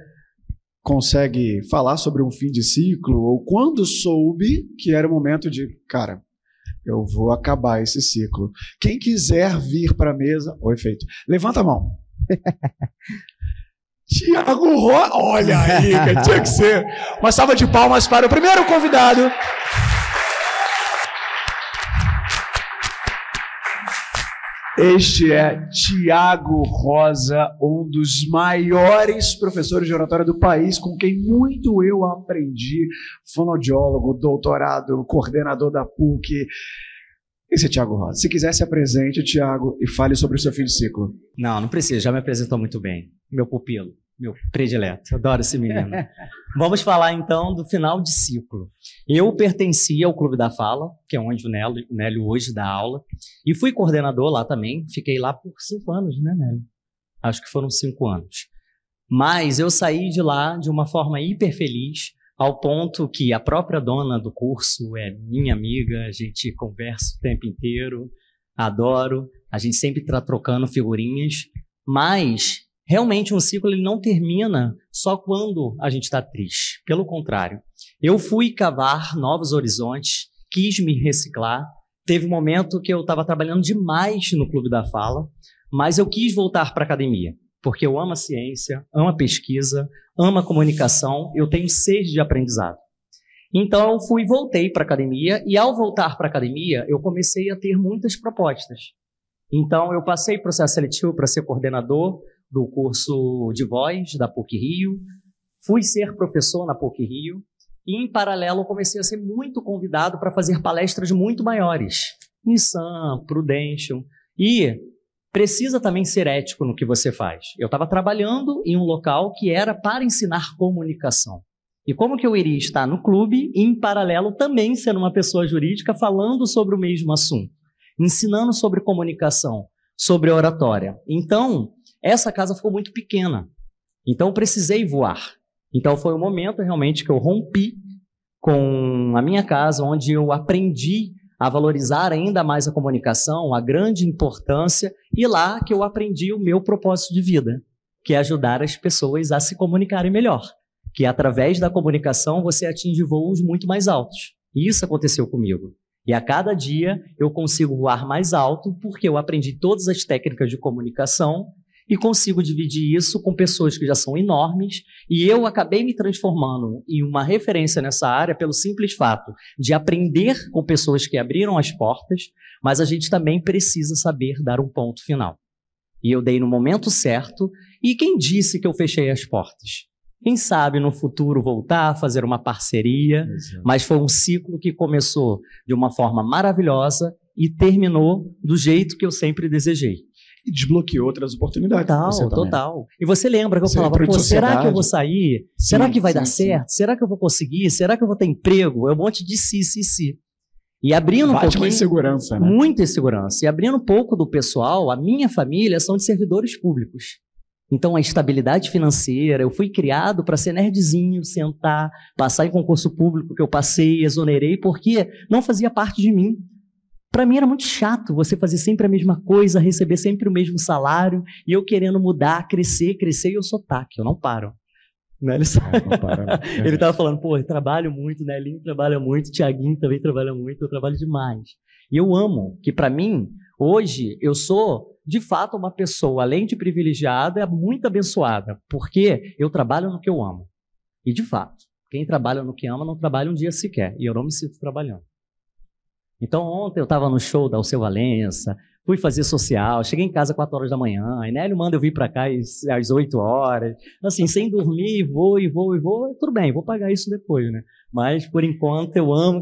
consegue falar sobre um fim de ciclo ou quando soube que era o momento de, cara, eu vou acabar esse ciclo. Quem quiser vir para a mesa, o efeito, levanta a mão. Tiago Rosa, olha aí, que tinha que ser. Uma salva de palmas para o primeiro convidado. Este é Tiago Rosa, um dos maiores professores de oratória do país, com quem muito eu aprendi, fonoaudiólogo, doutorado, coordenador da PUC. Esse é Tiago Rosa. Se quiser, se apresente, Tiago, e fale sobre o seu fim de ciclo. Não precisa, já me apresentou muito bem. Meu pupilo, meu predileto, adoro esse menino. Vamos falar então do final de ciclo. Eu pertencia ao Clube da Fala, que é onde o Nélio hoje dá aula, e fui coordenador lá também, fiquei lá por 5 anos, né, Nélio? Acho que foram 5 anos. Mas eu saí de lá de uma forma hiper feliz, ao ponto que a própria dona do curso é minha amiga, a gente conversa o tempo inteiro, adoro, a gente sempre está trocando figurinhas, mas realmente um ciclo ele não termina só quando a gente está triste, pelo contrário. Eu fui cavar novos horizontes, quis me reciclar, teve um momento que eu estava trabalhando demais no Clube da Fala, mas eu quis voltar para a academia, porque eu amo a ciência, amo a pesquisa, amo a comunicação, eu tenho sede de aprendizado. Então eu voltei para a academia e ao voltar para a academia eu comecei a ter muitas propostas. Então eu passei processo seletivo para ser coordenador do curso de voz da PUC-Rio, fui ser professor na PUC-Rio e em paralelo eu comecei a ser muito convidado para fazer palestras muito maiores, Nissan, Prudential e precisa também ser ético no que você faz. Eu estava trabalhando em um local que era para ensinar comunicação. E como que eu iria estar no clube e, em paralelo, também sendo uma pessoa jurídica falando sobre o mesmo assunto, ensinando sobre comunicação, sobre oratória. Então, essa casa ficou muito pequena. Então, eu precisei voar. Então, foi o momento realmente que eu rompi com a minha casa, onde eu aprendi a valorizar ainda mais a comunicação, a grande importância, e lá que eu aprendi o meu propósito de vida, que é ajudar as pessoas a se comunicarem melhor, que através da comunicação você atinge voos muito mais altos. E isso aconteceu comigo. E a cada dia eu consigo voar mais alto porque eu aprendi todas as técnicas de comunicação e consigo dividir isso com pessoas que já são enormes, e eu acabei me transformando em uma referência nessa área pelo simples fato de aprender com pessoas que abriram as portas, mas a gente também precisa saber dar um ponto final. E eu dei no momento certo, e quem disse que eu fechei as portas? Quem sabe no futuro voltar a fazer uma parceria, mas foi um ciclo que começou de uma forma maravilhosa e terminou do jeito que eu sempre desejei. E desbloqueou outras oportunidades. Total. E você lembra que eu Você falava, entrou de será que eu vou sociedade? sair? Sim, Será que vai dar sim. certo? Será que eu vou conseguir? Será que eu vou ter emprego? É um monte de si. E abrindo Bate uma pouquinho, insegurança, né? muita insegurança. E abrindo um pouco do pessoal, a minha família são de servidores públicos. Então, a estabilidade financeira, eu fui criado para ser nerdzinho, sentar, passar em concurso público que eu passei, exonerei, porque não fazia parte de mim. Para mim era muito chato você fazer sempre a mesma coisa, receber sempre o mesmo salário, e eu querendo mudar, crescer, e eu sou TAC, eu não paro. Né? Ele estava falando, pô, eu trabalho muito, né? Nelinho trabalha muito, Tiaguinho também trabalha muito, eu trabalho demais. E eu amo, que para mim, hoje, eu sou, de fato, uma pessoa, além de privilegiada, muito abençoada, porque eu trabalho no que eu amo. E, de fato, quem trabalha no que ama não trabalha um dia sequer, e eu não me sinto trabalhando. Então, ontem eu estava no show da Alceu Valença, fui fazer social, cheguei em casa às 4 horas da manhã, a Nélio manda eu vir para cá às 8 horas, assim, sem dormir, vou, tudo bem, vou pagar isso depois, né? Mas, por enquanto, eu amo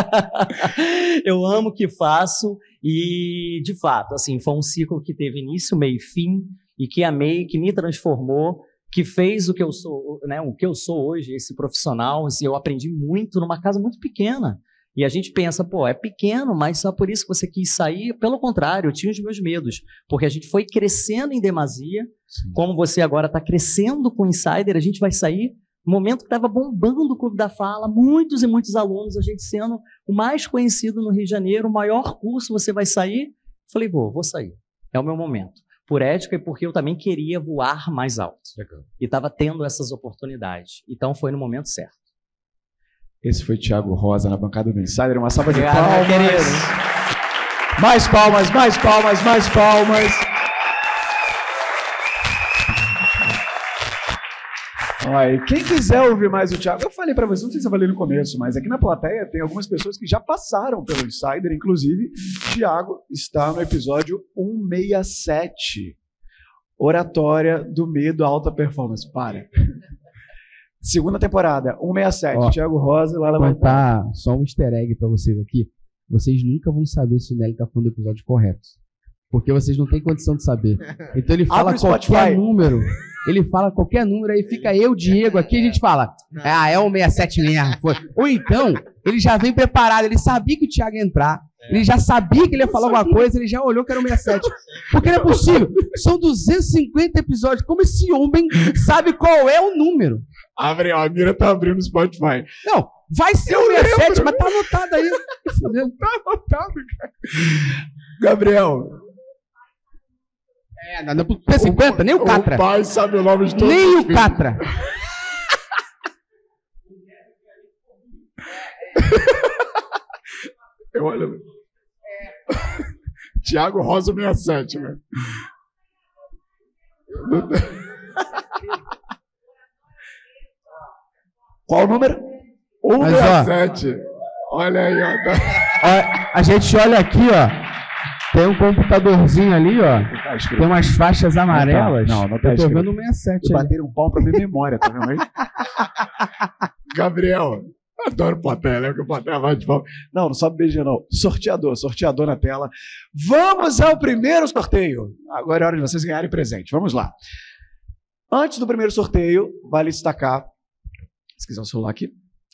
eu amo o que faço e, de fato, assim, foi um ciclo que teve início, meio e fim, e que amei, que me transformou, que fez o que eu sou, né, o que eu sou hoje, esse profissional, assim, eu aprendi muito numa casa muito pequena. E a gente pensa, pô, é pequeno, mas só por isso que você quis sair? Pelo contrário, eu tinha os meus medos, porque a gente foi crescendo em demasia, como você agora está crescendo com o Insider, a gente vai sair no momento que estava bombando o Clube da Fala, muitos e muitos alunos, a gente sendo o mais conhecido no Rio de Janeiro, o maior curso, você vai sair? Falei, vou sair, é o meu momento. Por ética e porque eu também queria voar mais alto. Legal. E estava tendo essas oportunidades. Então foi no momento certo. Esse foi Thiago Rosa na bancada do Insider. Uma salva de Obrigado, palmas. querido. Mais palmas, mais palmas, mais palmas. Olha, quem quiser ouvir mais o Thiago, eu falei para você, não sei se eu falei no começo, mas aqui na plateia tem algumas pessoas que já passaram pelo Insider, inclusive Thiago está no episódio 167, Oratória do Medo à Alta Performance. Para. Segunda temporada, 167, Ó, Thiago Rosa, lá Vou contar só um easter egg pra vocês aqui. Vocês nunca vão saber se o Nelly tá falando do episódio correto. Porque vocês não têm condição de saber. Então ele fala Abre o qualquer Spotify. número. Ele fala qualquer número, aí fica eu, Diego, aqui a gente fala, é o 67 mesmo. Foi. Ou então, ele já vem preparado, ele sabia que o Thiago ia entrar, ele já sabia que ele ia falar alguma coisa, ele já olhou que era o 67. Porque não é possível. São 250 episódios. Como esse homem sabe qual é o número? Abre, ó, a Mira tá abrindo o Spotify. Não, vai ser o 67, mas tá anotado aí. Tá anotado, cara. Gabriel. Não é 50, nem o Catra. O pai sabe o nome de todos Nem os o filhos. Catra. Eu olho. Thiago Rosa 67, velho. Qual o número? Mas, ó, 167. Olha aí, ó. Tá. Ó, a gente olha aqui, ó. Tem um computadorzinho ali, ó. Tem umas faixas amarelas. Não tá Eu tô escrito. vendo o 67 ali. Bateram um pau pra minha memória, tá vendo aí? Gabriel, adoro plateia, né? Porque o plateia vai de pau. Não sobe beijinho, não. Sorteador na tela. Vamos ao primeiro sorteio. Agora é hora de vocês ganharem presente. Vamos lá. Antes do primeiro sorteio, vale destacar. Se quiser o celular aqui.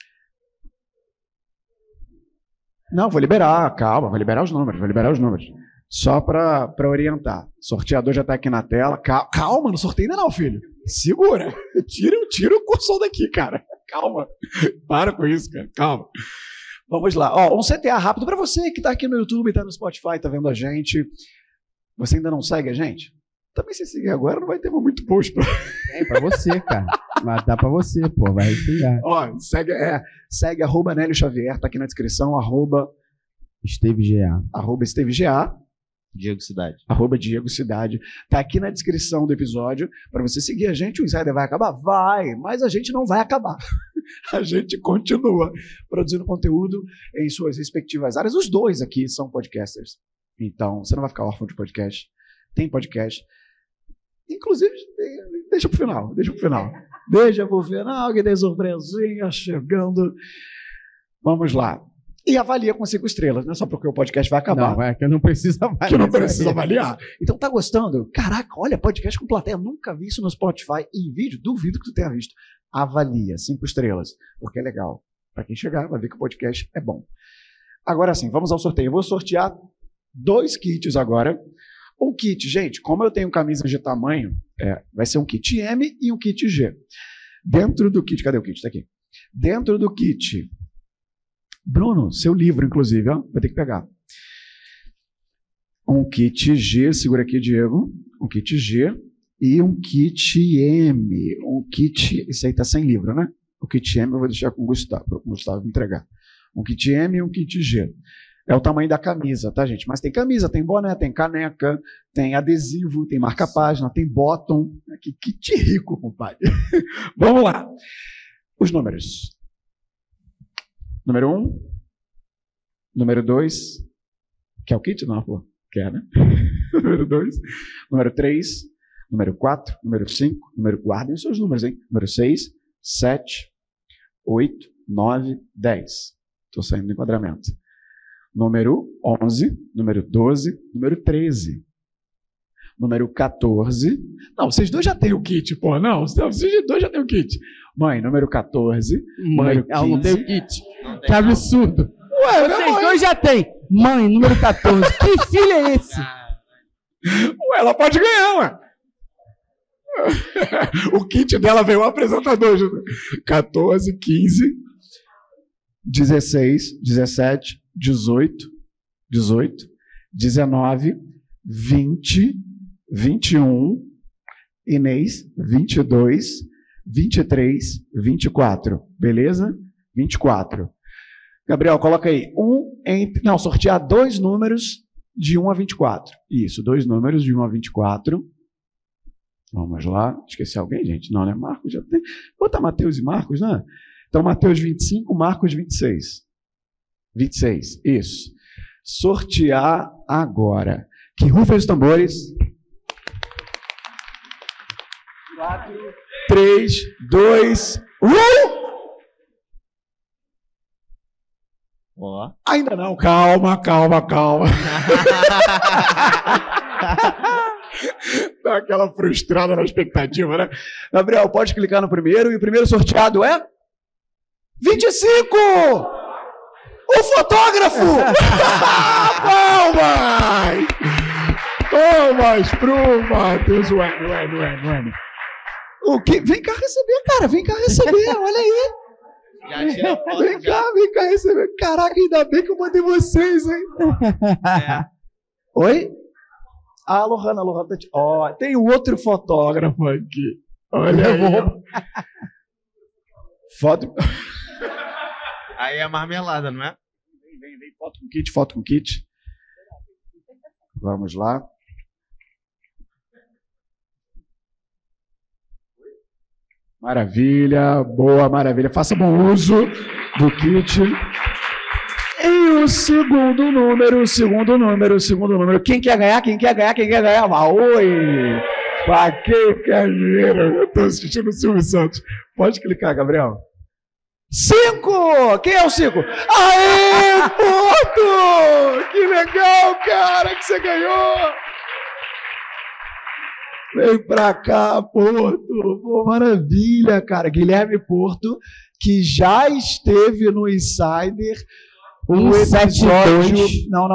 Não, vou liberar, calma, vou liberar os números. Só para orientar. O sorteador já está aqui na tela. Calma, não sorteio ainda não, filho. Segura. Tira o cursor daqui, cara. Calma. Para com isso, cara. Calma. Vamos lá. Ó, um CTA rápido para você que está aqui no YouTube, está no Spotify, está vendo a gente. Você ainda não segue a gente? Também se seguir agora não vai ter muito post pra... É pra você, cara. Mas dá pra você, pô. Vai respingar. Ó, segue @ Nélio Xavier, tá aqui na descrição, EsteveGA. @EsteveGA, Diego Cidade. @Diego Cidade. Tá aqui na descrição do episódio para você seguir a gente. O Insider vai acabar? Vai, mas a gente não vai acabar. A gente continua produzindo conteúdo em suas respectivas áreas. Os dois aqui são podcasters. Então, você não vai ficar órfão de podcast. Tem podcast. Inclusive, deixa pro final. Deixa pro final, que tem surpresinha chegando. Vamos lá. E avalia com 5 estrelas, não é só porque o podcast vai acabar. Não, é que eu não preciso avaliar. Que não precisa avaliar. Então tá gostando? Caraca, olha, podcast com plateia. Nunca vi isso no Spotify em vídeo. Duvido que tu tenha visto. Avalia 5 estrelas, porque é legal. Para quem chegar, vai ver que o podcast é bom. Agora sim, vamos ao sorteio. Eu vou sortear 2 kits agora. Um kit, gente, como eu tenho camisas de tamanho, vai ser um kit M e um kit G. Dentro do kit, cadê o kit? Tá aqui. Dentro do kit... Bruno, seu livro, inclusive, ó, vai ter que pegar. Um kit G, segura aqui, Diego. Um kit G e um kit M. Um kit, esse aí tá sem livro, né? O kit M eu vou deixar com o Gustavo, para o Gustavo entregar. Um kit M e um kit G. É o tamanho da camisa, tá, gente? Mas tem camisa, tem boné, tem caneca, tem adesivo, tem marca-página, tem bottom. Que kit rico, compadre. Vamos lá. Os números. Número 1, número 2, quer o kit? Não, pô, quer, né? Número 2, número 3, número 4, número 5, guardem os seus números, hein? Número 6, 7, 8, 9, 10. Estou saindo do enquadramento. Número 11, número 12, número 13. Número 14. Não, vocês dois já têm o kit, pô. Não, vocês dois já têm o kit. Mãe, número 14. Mãe, ela não tem o kit. Que absurdo. Ué, Vocês dois já têm. Mãe, número 14. Que filho é esse? Ué, ela pode ganhar, ué. O kit dela veio o apresentador. 14, 15, 16, 17, 18, 19, 20, 21, Inês, 22, 23, 24. Beleza? 24. Gabriel, coloca aí. Sortear 2 números de 1 a 24. Isso, 2 números de 1 a 24. Vamos lá. Esqueci alguém, gente? Não, né? Marcos já tem. Bota Mateus e Marcos, né? Então, Mateus 25, Marcos 26. 26, isso. Sortear agora. Que rufem os tambores. 4, 3, 2, 1. Ó. Ainda não, calma. Dá aquela frustrada na expectativa, né? Gabriel, pode clicar no primeiro. E o primeiro sorteado é 25! O fotógrafo! Palmas! Palmas pro Matheus. O N. O quê? Vem cá receber, cara. Vem cá receber. Olha aí. Já tira foto, Vem cá receber. Caraca, ainda bem que eu mandei vocês, hein? É. Oi? Ah, Lohana tá... Ó, tem outro fotógrafo aqui. Olha aí. Foto... Aí é marmelada, não é? Vem. Foto com kit. Vamos lá. Maravilha, boa, maravilha. Faça bom uso do kit. E o segundo número. Quem quer ganhar? Oi! Pra quem quer dinheiro? Eu tô assistindo o Silvio Santos. Pode clicar, Gabriel. 5! Quem é o 5? Aê, Porto! Que legal, cara, que você ganhou! Vem pra cá, Porto! Pô, maravilha, cara. Guilherme Porto, que já esteve no Insider. O episódio... Não.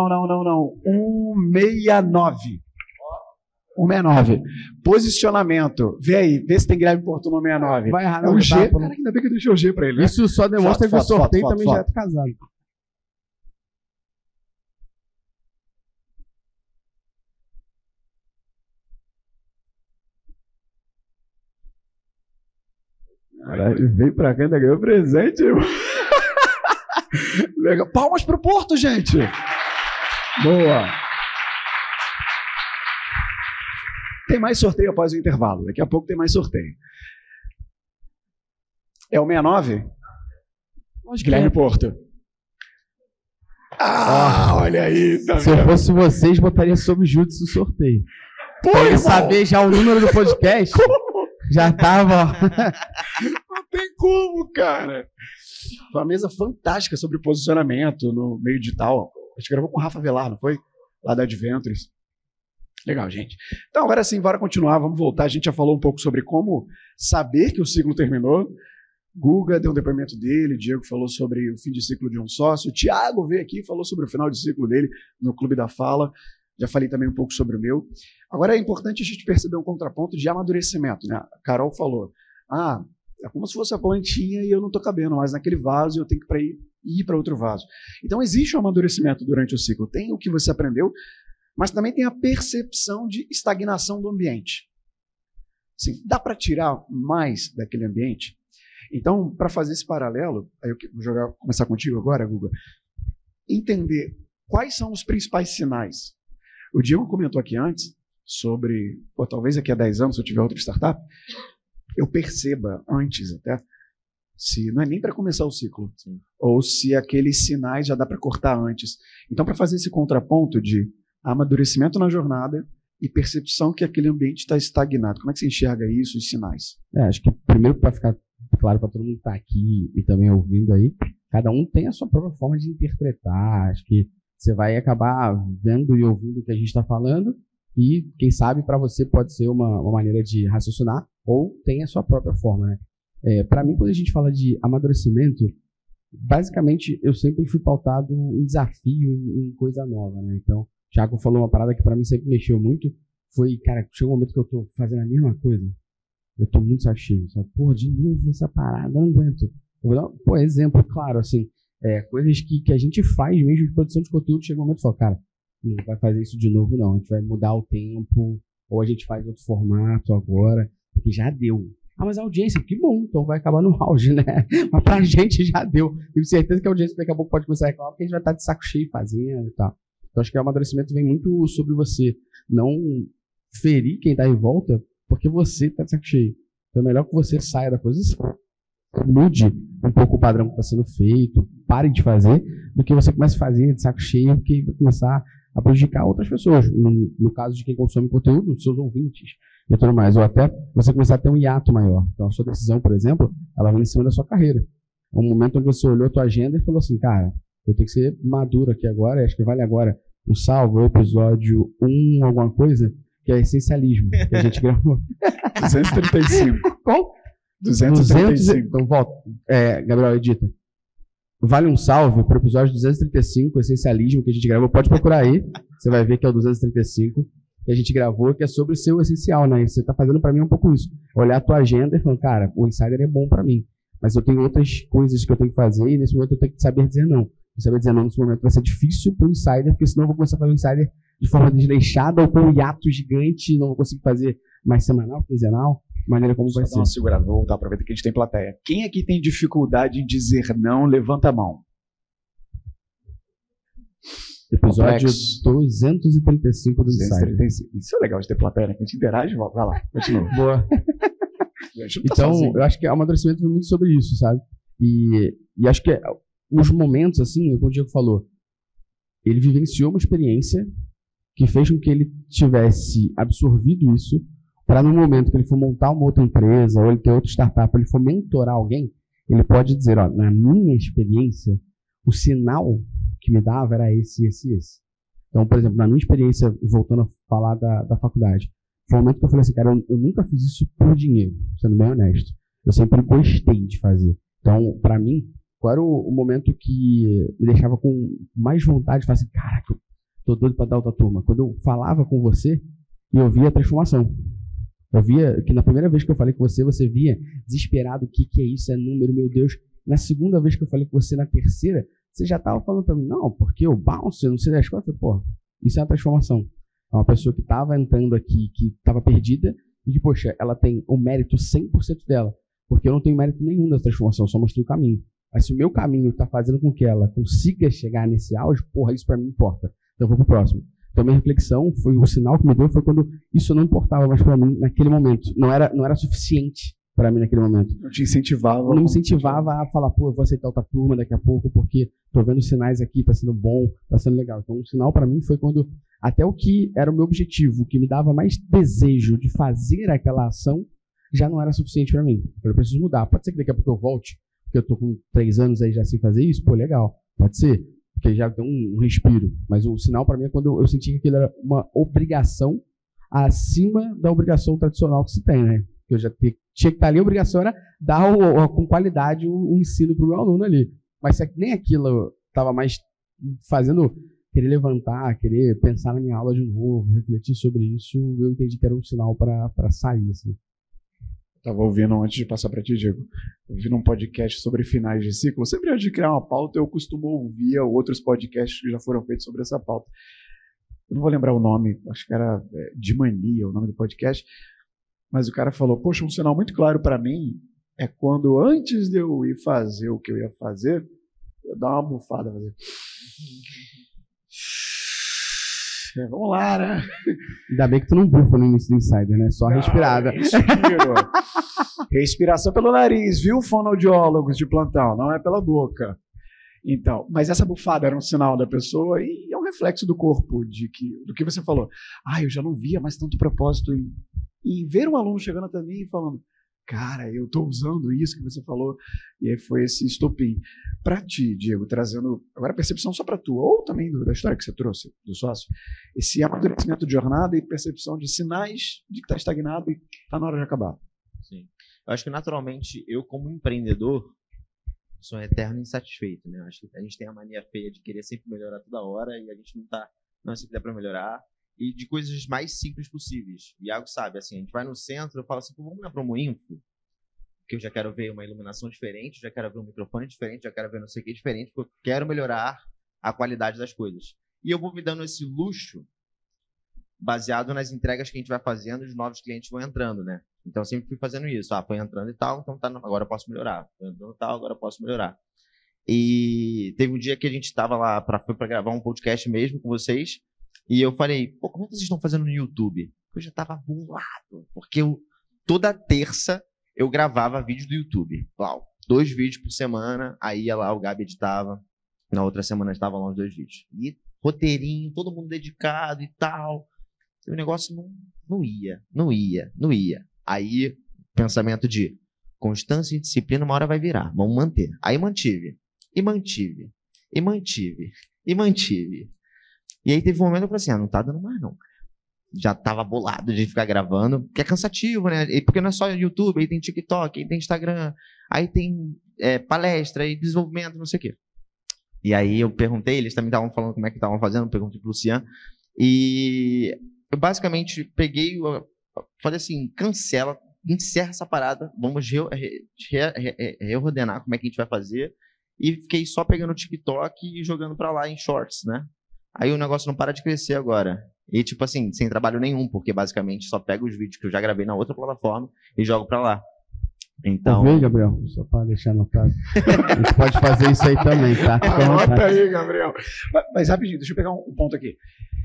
169. 169. Posicionamento. Vê se tem Guilherme Porto no 69. Vai errar, É o G. Caraca, ainda bem que eu deixei o G pra ele, né? Isso só demonstra que o sorteio também já é casado. Caralho, vem pra cá, ainda ganhou presente, irmão. Legal. Palmas pro Porto, gente. Boa. Tem mais sorteio após o intervalo. Daqui a pouco tem mais sorteio. É o 69? Guilherme Porto. Olha aí. Tá Se eu fosse vocês, botaria sob júdice o sorteio. Pra ele saber já o número do podcast. Já tava. Não tem como, cara. Foi uma mesa fantástica sobre posicionamento no meio digital. A gente gravou com o Rafa Velar, não foi? Lá da Adventures. Legal, gente. Então, agora sim, bora continuar, vamos voltar. A gente já falou um pouco sobre como saber que o ciclo terminou. Guga deu um depoimento dele, Diego falou sobre o fim de ciclo de um sócio, Thiago veio aqui e falou sobre o final de ciclo dele no Clube da Fala. Já falei também um pouco sobre o meu. Agora é importante a gente perceber um contraponto de amadurecimento, né? A Carol falou, é como se fosse a plantinha e eu não estou cabendo mais naquele vaso e eu tenho que ir para outro vaso. Então existe um amadurecimento durante o ciclo. Tem o que você aprendeu, mas também tem a percepção de estagnação do ambiente. Assim, dá para tirar mais daquele ambiente? Então, para fazer esse paralelo, aí eu vou começar contigo agora, Guga, entender quais são os principais sinais. O Diego comentou aqui antes sobre, talvez daqui a 10 anos, se eu tiver outra startup, eu perceba antes até, se não é nem para começar o ciclo, sim, ou se aqueles sinais já dá para cortar antes. Então, para fazer esse contraponto de amadurecimento na jornada e percepção que aquele ambiente está estagnado, como é que você enxerga isso, os sinais? Acho que primeiro, para ficar claro para todo mundo que está aqui e também ouvindo aí, cada um tem a sua própria forma de interpretar. Acho que você vai acabar vendo e ouvindo o que a gente está falando e, quem sabe, para você pode ser uma maneira de raciocinar ou tem a sua própria forma, né? Para mim, quando a gente fala de amadurecimento, basicamente eu sempre fui pautado em desafio, em coisa nova, né? Então, o Thiago falou uma parada que para mim sempre mexeu muito, foi, cara, chega um momento que eu tô fazendo a mesma coisa, eu tô muito saco cheio, sabe? Pô, de novo essa parada, não aguento. Eu vou dar exemplo, claro, assim, coisas que a gente faz mesmo de produção de conteúdo, chega um momento e fala, cara, não vai fazer isso de novo não, a gente vai mudar o tempo, ou a gente faz outro formato agora, porque já deu. Mas a audiência, que bom, então vai acabar no auge, né? Mas pra gente já deu. Tenho certeza que a audiência daqui a pouco pode começar a reclamar, porque a gente vai estar de saco cheio fazendo e tal. Então acho que o amadurecimento vem muito sobre você não ferir quem tá em volta, porque você tá de saco cheio. Então é melhor que você saia da posição, mude um pouco o padrão que está sendo feito, pare de fazer, do que você comece a fazer de saco cheio, porque vai começar a prejudicar outras pessoas. No caso de quem consome conteúdo, seus ouvintes e tudo mais. Ou até você começar a ter um hiato maior. Então a sua decisão, por exemplo, ela vem em cima da sua carreira. É um momento onde você olhou a tua agenda e falou assim, cara, eu tenho que ser maduro aqui agora, acho que vale agora um salvo, episódio 1, alguma coisa, que é essencialismo, que a gente gravou. 235. Qual? 235. Então volta. Gabriel, edita. Vale um salve para o episódio 235, essencialismo, que a gente gravou. Pode procurar aí, você vai ver que é o 235, que a gente gravou, que é sobre o seu essencial, né? Você está fazendo para mim um pouco isso. Olhar a tua agenda e falar, cara, o Insider é bom para mim, mas eu tenho outras coisas que eu tenho que fazer e nesse momento eu tenho que saber dizer não. E saber dizer não nesse momento vai ser difícil para o Insider, porque senão eu vou começar a fazer o Insider de forma desleixada ou com um hiato gigante, não vou conseguir fazer mais semanal, quinzenal, maneira como vai ser. Dá uma segurada, vou voltar, aproveita que a gente tem plateia. Quem aqui tem dificuldade em dizer não, levanta a mão. Episódio 235 do Insider. Isso é legal de ter plateia, né? Que a gente interage, vai lá, continua. Boa. Então, eu acho que o amadurecimento foi muito sobre isso, sabe? E acho que os momentos, assim, como o Diego falou, ele vivenciou uma experiência que fez com que ele tivesse absorvido isso para no momento que ele for montar uma outra empresa ou ele ter outra startup, ele for mentorar alguém, ele pode dizer, ó, na minha experiência, o sinal que me dava era esse. Então, por exemplo, na minha experiência, voltando a falar da faculdade, foi um momento que eu falei assim, cara, eu nunca fiz isso por dinheiro, sendo bem honesto. Eu sempre gostei de fazer. Então, para mim, qual era o momento que me deixava com mais vontade de falar assim, caraca, eu tô doido para dar outra turma. Quando eu falava com você, eu via a transformação. Eu via que na primeira vez que eu falei com você, você via desesperado, o que é isso, é número, meu Deus. Na segunda vez que eu falei com você, na terceira, você já estava falando para mim, não, porque o bounce, eu não sei das coisas. Pô, isso é uma transformação. É uma pessoa que estava entrando aqui, que estava perdida, e que, poxa, ela tem o mérito 100% dela. Porque eu não tenho mérito nenhum dessa transformação, eu só mostrei o caminho. Mas se o meu caminho está fazendo com que ela consiga chegar nesse auge, porra, isso para mim importa. Então eu vou pro próximo. Então a minha reflexão, foi o sinal que me deu, foi quando isso não importava mais para mim naquele momento. Não era suficiente para mim naquele momento. Não te incentivava. Não me incentivava a falar, pô, eu vou aceitar outra turma daqui a pouco, porque tô vendo sinais aqui, tá sendo bom, tá sendo legal. Então, um sinal para mim foi quando até o que era o meu objetivo, o que me dava mais desejo de fazer aquela ação, já não era suficiente para mim. Eu preciso mudar. Pode ser que daqui a pouco eu volte, porque eu tô com 3 anos aí já sem fazer isso, pô, legal. Pode ser, porque já tem um respiro. Mas o sinal para mim é quando eu senti que aquilo era uma obrigação acima da obrigação tradicional que se tem, né? Que eu já tinha que estar ali, a obrigação era dar com qualidade o ensino para o meu aluno ali. Mas se nem aquilo estava mais fazendo, querer levantar, querer pensar na minha aula de novo, refletir sobre isso, eu entendi que era um sinal para sair. Assim. Estava ouvindo, antes de passar para ti, Diego, ouvindo um podcast sobre finais de ciclo. Sempre antes de criar uma pauta, eu costumo ouvir outros podcasts que já foram feitos sobre essa pauta. Eu não vou lembrar o nome, acho que era De Mania, o nome do podcast. Mas o cara falou, poxa, um sinal muito claro para mim é quando antes de eu ir fazer o que eu ia fazer, eu dar uma bufada, fazer. Vamos lá, né? Ainda bem que tu não bufa no início do Insider, né? Só respirada. Respiro. Respiração pelo nariz, viu, fonoaudiólogos de plantão? Não é pela boca. Então, mas essa bufada era um sinal da pessoa e é um reflexo do corpo, do que você falou. Eu já não via mais tanto propósito em ver um aluno chegando até mim e falando, cara, eu estou usando isso que você falou. E aí foi esse estopim. Para ti, Diego, trazendo agora a percepção só para tu, ou também da história que você trouxe, do sócio, esse amadurecimento de jornada e percepção de sinais de que está estagnado e está na hora de acabar. Sim. Eu acho que, naturalmente, eu como empreendedor, sou eterno insatisfeito, né? Eu acho que a gente tem a mania feia de querer sempre melhorar toda hora e a gente não sempre dá para melhorar. E de coisas mais simples possíveis. O Iago sabe, assim, a gente vai no centro, eu falo assim, vamos na Promoinfo, que eu já quero ver uma iluminação diferente, já quero ver um microfone diferente, já quero ver não sei o que diferente, porque eu quero melhorar a qualidade das coisas. E eu vou me dando esse luxo baseado nas entregas que a gente vai fazendo e os novos clientes vão entrando, né? Então eu sempre fui fazendo isso. Foi entrando e tal, então agora eu posso melhorar. Foi entrando e tal, agora eu posso melhorar. E teve um dia que a gente estava lá para gravar um podcast mesmo com vocês, e eu falei, pô, como é que vocês estão fazendo no YouTube? Eu já tava bolado, porque toda terça eu gravava vídeos do YouTube. Uau, 2 vídeos por semana, aí ia lá, o Gabi editava, na outra semana estavam lá os 2 vídeos. E roteirinho, todo mundo dedicado e tal. E o negócio não ia. Aí, pensamento de constância e disciplina, uma hora vai virar, vamos manter. Aí mantive. E aí teve um momento que eu falei assim, não tá dando mais não. Já tava bolado de ficar gravando, porque é cansativo, né? Porque não é só YouTube, aí tem TikTok, aí tem Instagram, aí tem palestra e desenvolvimento, não sei o quê. E aí eu perguntei, eles também estavam falando como é que estavam fazendo, eu perguntei pro Luciano, e eu basicamente peguei, falei assim, cancela, encerra essa parada, vamos reordenar como é que a gente vai fazer, e fiquei só pegando o TikTok e jogando pra lá em shorts, né? Aí o negócio não para de crescer agora. E tipo assim, sem trabalho nenhum, porque basicamente só pego os vídeos que eu já gravei na outra plataforma e jogo pra lá. Então... Vê, Gabriel, só para deixar anotado. A gente pode fazer isso aí também, tá? Anota aí, Gabriel. Mas rapidinho, deixa eu pegar um ponto aqui.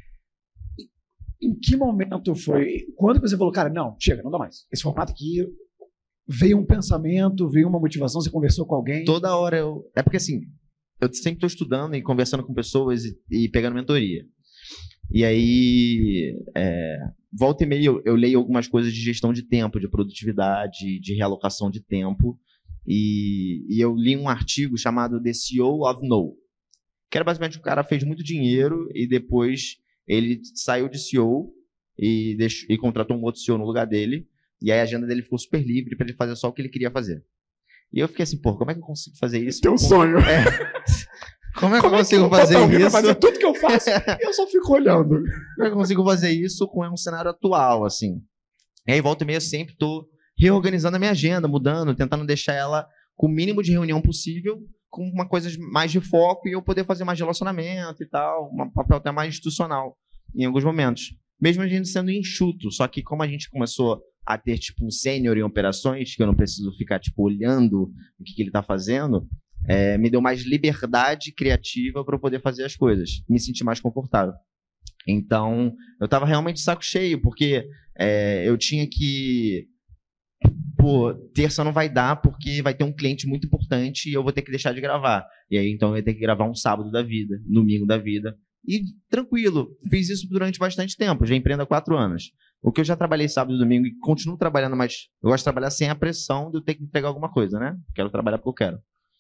Em que momento foi? Quando você falou, cara, não, chega, não dá mais. Esse formato aqui, veio um pensamento, veio uma motivação, você conversou com alguém? Toda hora eu... É porque assim, eu sempre estou estudando e conversando com pessoas e pegando mentoria. E aí, volta e meia, eu leio algumas coisas de gestão de tempo, de produtividade, de realocação de tempo. E eu li um artigo chamado The CEO of No. Que era basicamente, o cara fez muito dinheiro e depois ele saiu de CEO e contratou um outro CEO no lugar dele. E aí a agenda dele ficou super livre para ele fazer só o que ele queria fazer. E eu fiquei assim, pô, como é que eu consigo fazer isso? Teu sonho. Como é que eu consigo fazer isso? Fazer tudo que eu faço, eu só fico olhando. Como é que eu consigo fazer isso com um cenário atual, assim? E aí, volta e meia, eu sempre tô reorganizando a minha agenda, mudando, tentando deixar ela com o mínimo de reunião possível, com uma coisa mais de foco e eu poder fazer mais relacionamento e tal, um papel até mais institucional em alguns momentos. Mesmo a gente sendo enxuto, só que como a gente começou a ter, tipo, um sênior em operações, que eu não preciso ficar, tipo, olhando o que ele tá fazendo, me deu mais liberdade criativa para eu poder fazer as coisas, me sentir mais confortável. Então, eu tava realmente de saco cheio, porque eu tinha que... Pô, terça não vai dar porque vai ter um cliente muito importante e eu vou ter que deixar de gravar. E aí, então, eu ia ter que gravar um sábado da vida, domingo da vida. E tranquilo, fiz isso durante bastante tempo, já empreendo há 4 anos. O que eu já trabalhei sábado e domingo e continuo trabalhando, mas eu gosto de trabalhar sem a pressão de eu ter que entregar alguma coisa, né? Quero trabalhar porque eu quero.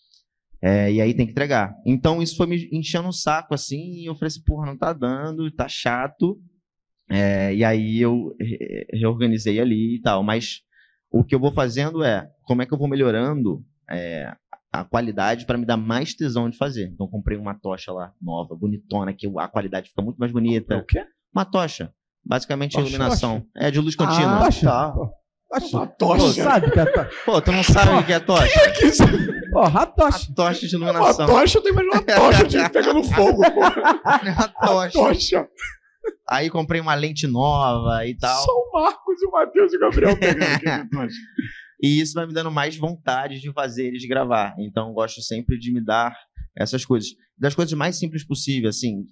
E aí tem que entregar. Então, isso foi me enchendo o saco, assim, e eu falei assim, porra, não tá dando, tá chato. E aí eu reorganizei ali e tal, mas... O que eu vou fazendo como é que eu vou melhorando a qualidade para me dar mais tesão de fazer. Então, comprei uma tocha lá, nova, bonitona, que a qualidade fica muito mais bonita. O quê? Uma tocha. Basicamente, Tocha? iluminação. De luz contínua. Tocha? Tá. Uma tocha. Sabe que é tocha? Pô, tu não sabe o que é tocha? A tocha. A tocha de Uma iluminação. tocha, eu tenho mais uma tocha de pegando fogo, porra. A tocha. Tocha. Aí comprei uma lente nova e tal. Só o Marcos e o Matheus e o Gabriel pegando aqui a tocha. E isso vai me dando mais vontade de fazer eles gravar. Então, eu gosto sempre de me dar essas coisas. Das coisas mais simples possível, assim,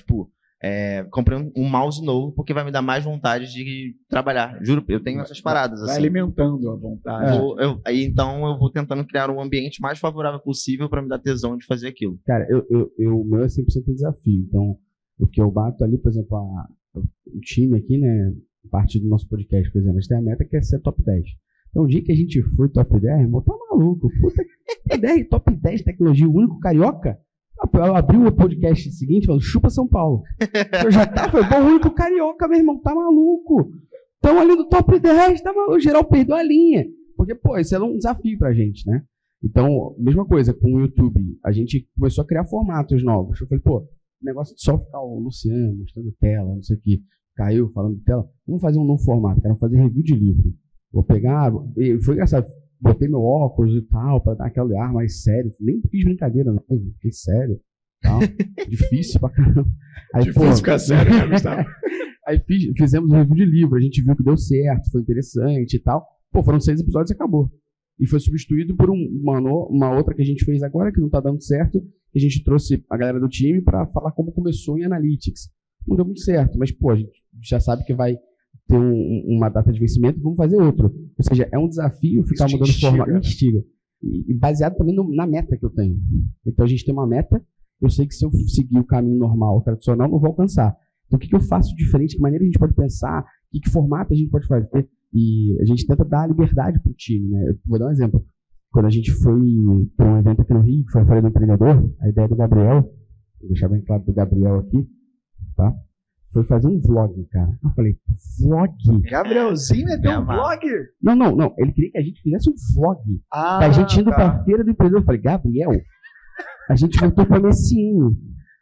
comprei um mouse novo, porque vai me dar mais vontade de trabalhar. Juro, eu tenho essas paradas, Vai assim. alimentando a vontade. Então, eu vou tentando criar um ambiente mais favorável possível para me dar tesão de fazer aquilo. Cara, o meu é 100% desafio. Então, o que eu bato ali, por exemplo, o time aqui, né, parte do nosso podcast, por exemplo, a gente tem a meta que é ser top 10. Então, o dia que a gente foi top 10, irmão, tá maluco. Puta, top 10 tecnologia, o único carioca. Eu abri o podcast seguinte falando, chupa São Paulo. Eu já tava, o único carioca, meu irmão, tá maluco. Estão ali no top 10, tá maluco. Geral perdeu a linha. Porque, pô, isso é um desafio pra gente, né? Então, mesma coisa com o YouTube. A gente começou a criar formatos novos. Eu falei, pô, negócio de só ficar o Luciano mostrando tela, não sei o que, caiu falando de tela. Vamos fazer um novo formato, quero fazer review de livro. Vou pegar, foi engraçado, botei meu óculos e tal, pra dar aquele ar mais sério. Nem fiz brincadeira, não, fiquei sério. Tal. Difícil pra caramba. Aí, Difícil ficar sério, né, Gustavo? Aí fizemos um review de livro, a gente viu que deu certo, foi interessante e tal. Pô, foram 6 episódios e acabou. E foi substituído por uma outra que a gente fez agora, que não tá dando certo, que a gente trouxe a galera do time pra falar como começou em Analytics. Não deu muito certo, mas, pô, a gente já sabe que vai ter uma data de vencimento, vamos fazer outro. Ou seja, é um desafio ficar mudando forma. Instiga. E baseado também na meta que eu tenho. Então, a gente tem uma meta, eu sei que se eu seguir o caminho normal, tradicional, não vou alcançar. Então, o que eu faço diferente? Que maneira a gente pode pensar? Que formato a gente pode fazer? E a gente tenta dar liberdade para o time, né? Eu vou dar um exemplo. Quando a gente foi para um evento aqui no Rio, que foi a Feira do Empreendedor, a ideia do Gabriel, vou deixar bem claro do Gabriel aqui, tá? Foi fazer um vlog, cara. Eu falei, vlog? Gabrielzinho é teu vlog? Não. Ele queria que a gente fizesse um vlog. Da gente indo para a Feira do Empreendedor. Eu falei, Gabriel, a gente voltou para o Messinho.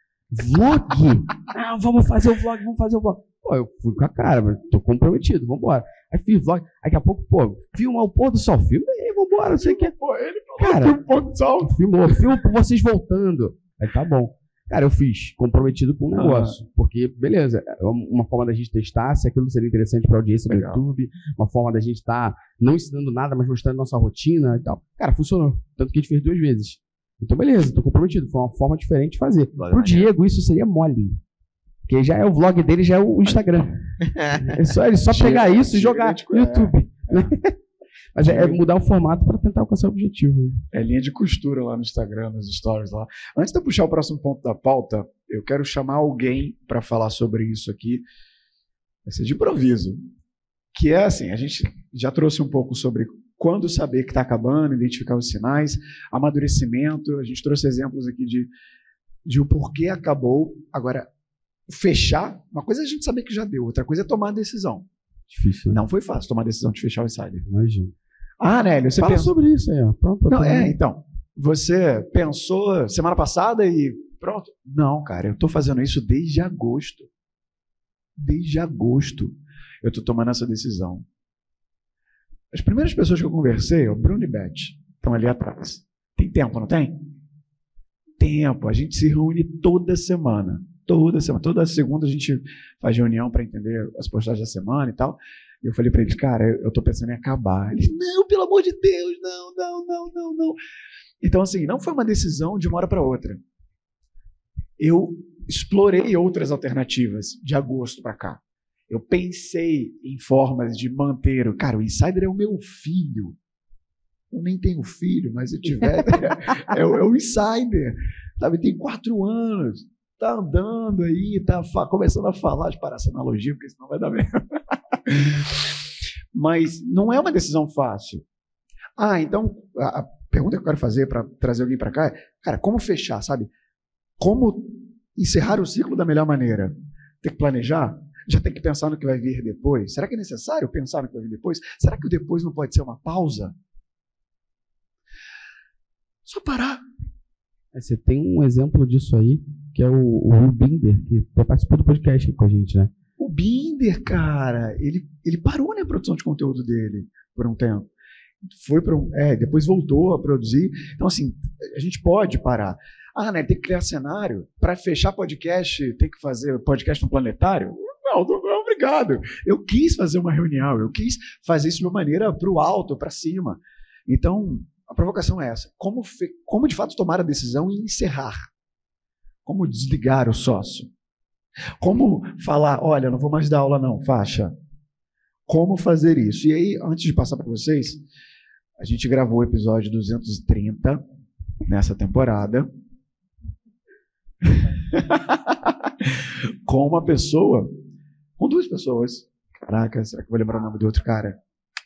Vlog? Vamos fazer o vlog. Pô, eu fui com a cara, tô comprometido, vambora. Aí fiz vlog, daqui a pouco, pô, filma o pôr do sol, filma aí, vambora, não sei o que. Pô, ele falou, cara, o pôr do sol. Filma por vocês voltando. Aí tá bom. Cara, eu fiz, comprometido com o negócio, porque, beleza, é uma forma da gente testar se aquilo seria interessante pra audiência do YouTube, uma forma da gente estar não ensinando nada, mas mostrando nossa rotina e tal. Cara, funcionou, tanto que a gente fez 2 vezes. Então, beleza, tô comprometido, foi uma forma diferente de fazer. Pro Diego, isso seria mole. Porque já é o vlog dele, já é o Instagram. Ele só pegar isso e jogar no YouTube. Mas é mudar o formato para tentar alcançar o objetivo. É linha de costura lá no Instagram, nos stories lá. Antes de eu puxar o próximo ponto da pauta, eu quero chamar alguém para falar sobre isso aqui. Vai ser de improviso. Que é assim, a gente já trouxe um pouco sobre quando saber que está acabando, identificar os sinais, amadurecimento. A gente trouxe exemplos aqui de o porquê acabou. Agora, fechar, uma coisa é a gente saber que já deu, outra coisa é tomar a decisão. Difícil. Não foi fácil tomar a decisão de fechar o Insider. Imagina. Nélio, você fala sobre isso aí, ó. Pronto. Não, então, você pensou semana passada e pronto. Não, cara, eu estou fazendo isso desde agosto. Desde agosto eu estou tomando essa decisão. As primeiras pessoas que eu conversei, o Bruno e Beth, estão ali atrás. Tem tempo, não tem? Tempo. A gente se reúne toda semana. Toda segunda a gente faz reunião para entender as postagens da semana e tal. E eu falei para ele, cara, eu tô pensando em acabar. Ele, não, pelo amor de Deus, não. Então, assim, não foi uma decisão de uma hora para outra. Eu explorei outras alternativas de agosto para cá. Eu pensei em formas de manter. Cara, o Insider é o meu filho. Eu nem tenho filho, mas se eu tiver, é o Insider. Sabe, tem 4 anos. Tá andando aí, tá começando a falar de parar essa analogia, porque senão vai dar merda. Mas não é uma decisão fácil. Então, a pergunta que eu quero fazer para trazer alguém para cá é, cara, como fechar, sabe? Como encerrar o ciclo da melhor maneira? Tem que planejar? Já tem que pensar no que vai vir depois? Será que é necessário pensar no que vai vir depois? Será que o depois não pode ser uma pausa? Só parar. Você tem um exemplo disso aí, que é o Will Binder, que participou do podcast aqui com a gente, né? O Binder, cara, ele parou na produção de conteúdo dele por um tempo. Depois voltou a produzir. Então, assim, a gente pode parar. Né, tem que criar cenário. Para fechar podcast, tem que fazer podcast no planetário? Não, obrigado. Eu quis fazer uma reunião, eu quis fazer isso de uma maneira para o alto, para cima. Então, a provocação é essa. Como de fato tomar a decisão e encerrar? Como desligar o sócio? Como falar, olha, não vou mais dar aula não, faixa. Como fazer isso? E aí, antes de passar para vocês, a gente gravou o episódio 230 nessa temporada com 2 pessoas. Caraca, será que eu vou lembrar o nome do outro cara?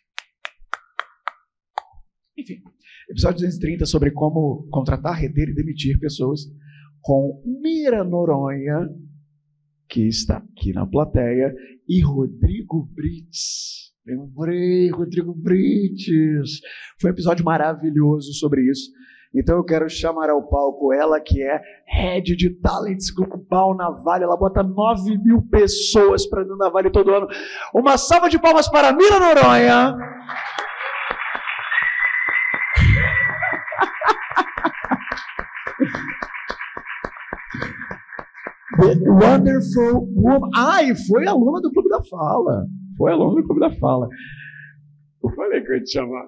Enfim, episódio 230 sobre como contratar, reter e demitir pessoas, com Mira Noronha, que está aqui na plateia, e Rodrigo Brites. Lembrei, Rodrigo Brites. Foi um episódio maravilhoso sobre isso. Então eu quero chamar ao palco ela, que é Head de Talents Global na Vale. Ela bota 9.000 pessoas para dentro da Vale todo ano. Uma salva de palmas para Mira Noronha. The Wonderful Woman. E foi aluna do Clube da Fala. Eu falei que eu ia te chamar.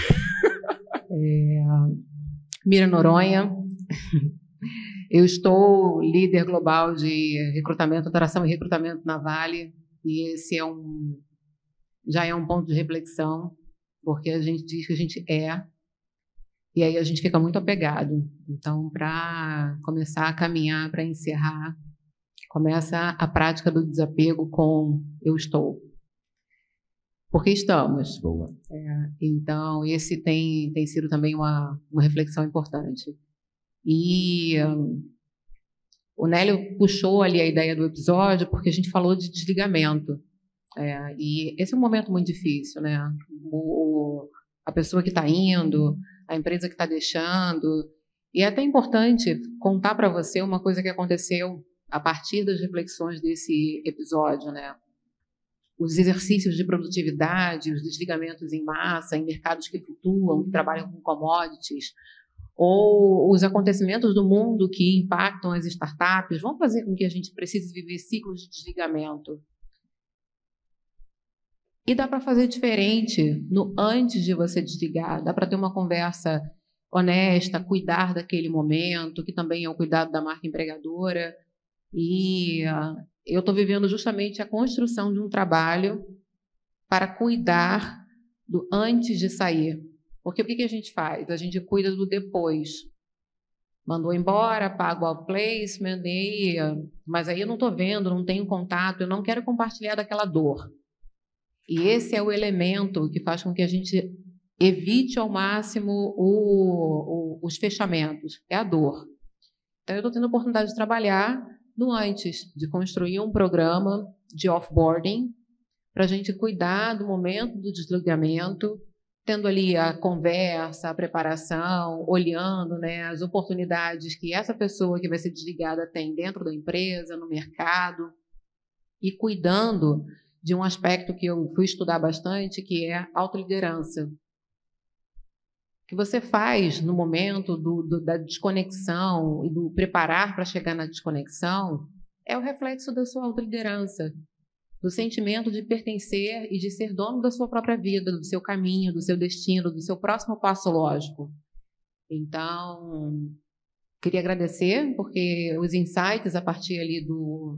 Mira Noronha. Eu estou líder global de recrutamento, atração e recrutamento na Vale. E esse já é um ponto de reflexão, porque a gente diz que a gente e aí a gente fica muito apegado. Então, para começar a caminhar, para encerrar, começa a prática do desapego com eu estou. Porque estamos. Boa. Então, esse tem sido também uma reflexão importante. E o Nélio puxou ali a ideia do episódio porque a gente falou de desligamento. E esse é um momento muito difícil, né? A pessoa que está indo, a empresa que está deixando. E é até importante contar para você uma coisa que aconteceu a partir das reflexões desse episódio, né? Os exercícios de produtividade, os desligamentos em massa, em mercados que flutuam, que trabalham com commodities, ou os acontecimentos do mundo que impactam as startups, vão fazer com que a gente precise viver ciclos de desligamento. E dá para fazer diferente antes de você desligar, dá para ter uma conversa honesta, cuidar daquele momento, que também é o cuidado da marca empregadora. E eu estou vivendo justamente a construção de um trabalho para cuidar do antes de sair. Porque o que a gente faz? A gente cuida do depois. Mandou embora, paga o outplacement, mas aí eu não estou vendo, não tenho contato, eu não quero compartilhar daquela dor. E esse é o elemento que faz com que a gente evite ao máximo os fechamentos, é a dor. Então, eu estou tendo a oportunidade de trabalhar no antes, de construir um programa de offboarding para a gente cuidar do momento do desligamento, tendo ali a conversa, a preparação, olhando, né, as oportunidades que essa pessoa que vai ser desligada tem dentro da empresa, no mercado, e cuidando de um aspecto que eu fui estudar bastante, que é a autoliderança. O que você faz no momento da desconexão e do preparar para chegar na desconexão é o reflexo da sua autoliderança, do sentimento de pertencer e de ser dono da sua própria vida, do seu caminho, do seu destino, do seu próximo passo lógico. Então, queria agradecer, porque os insights a partir ali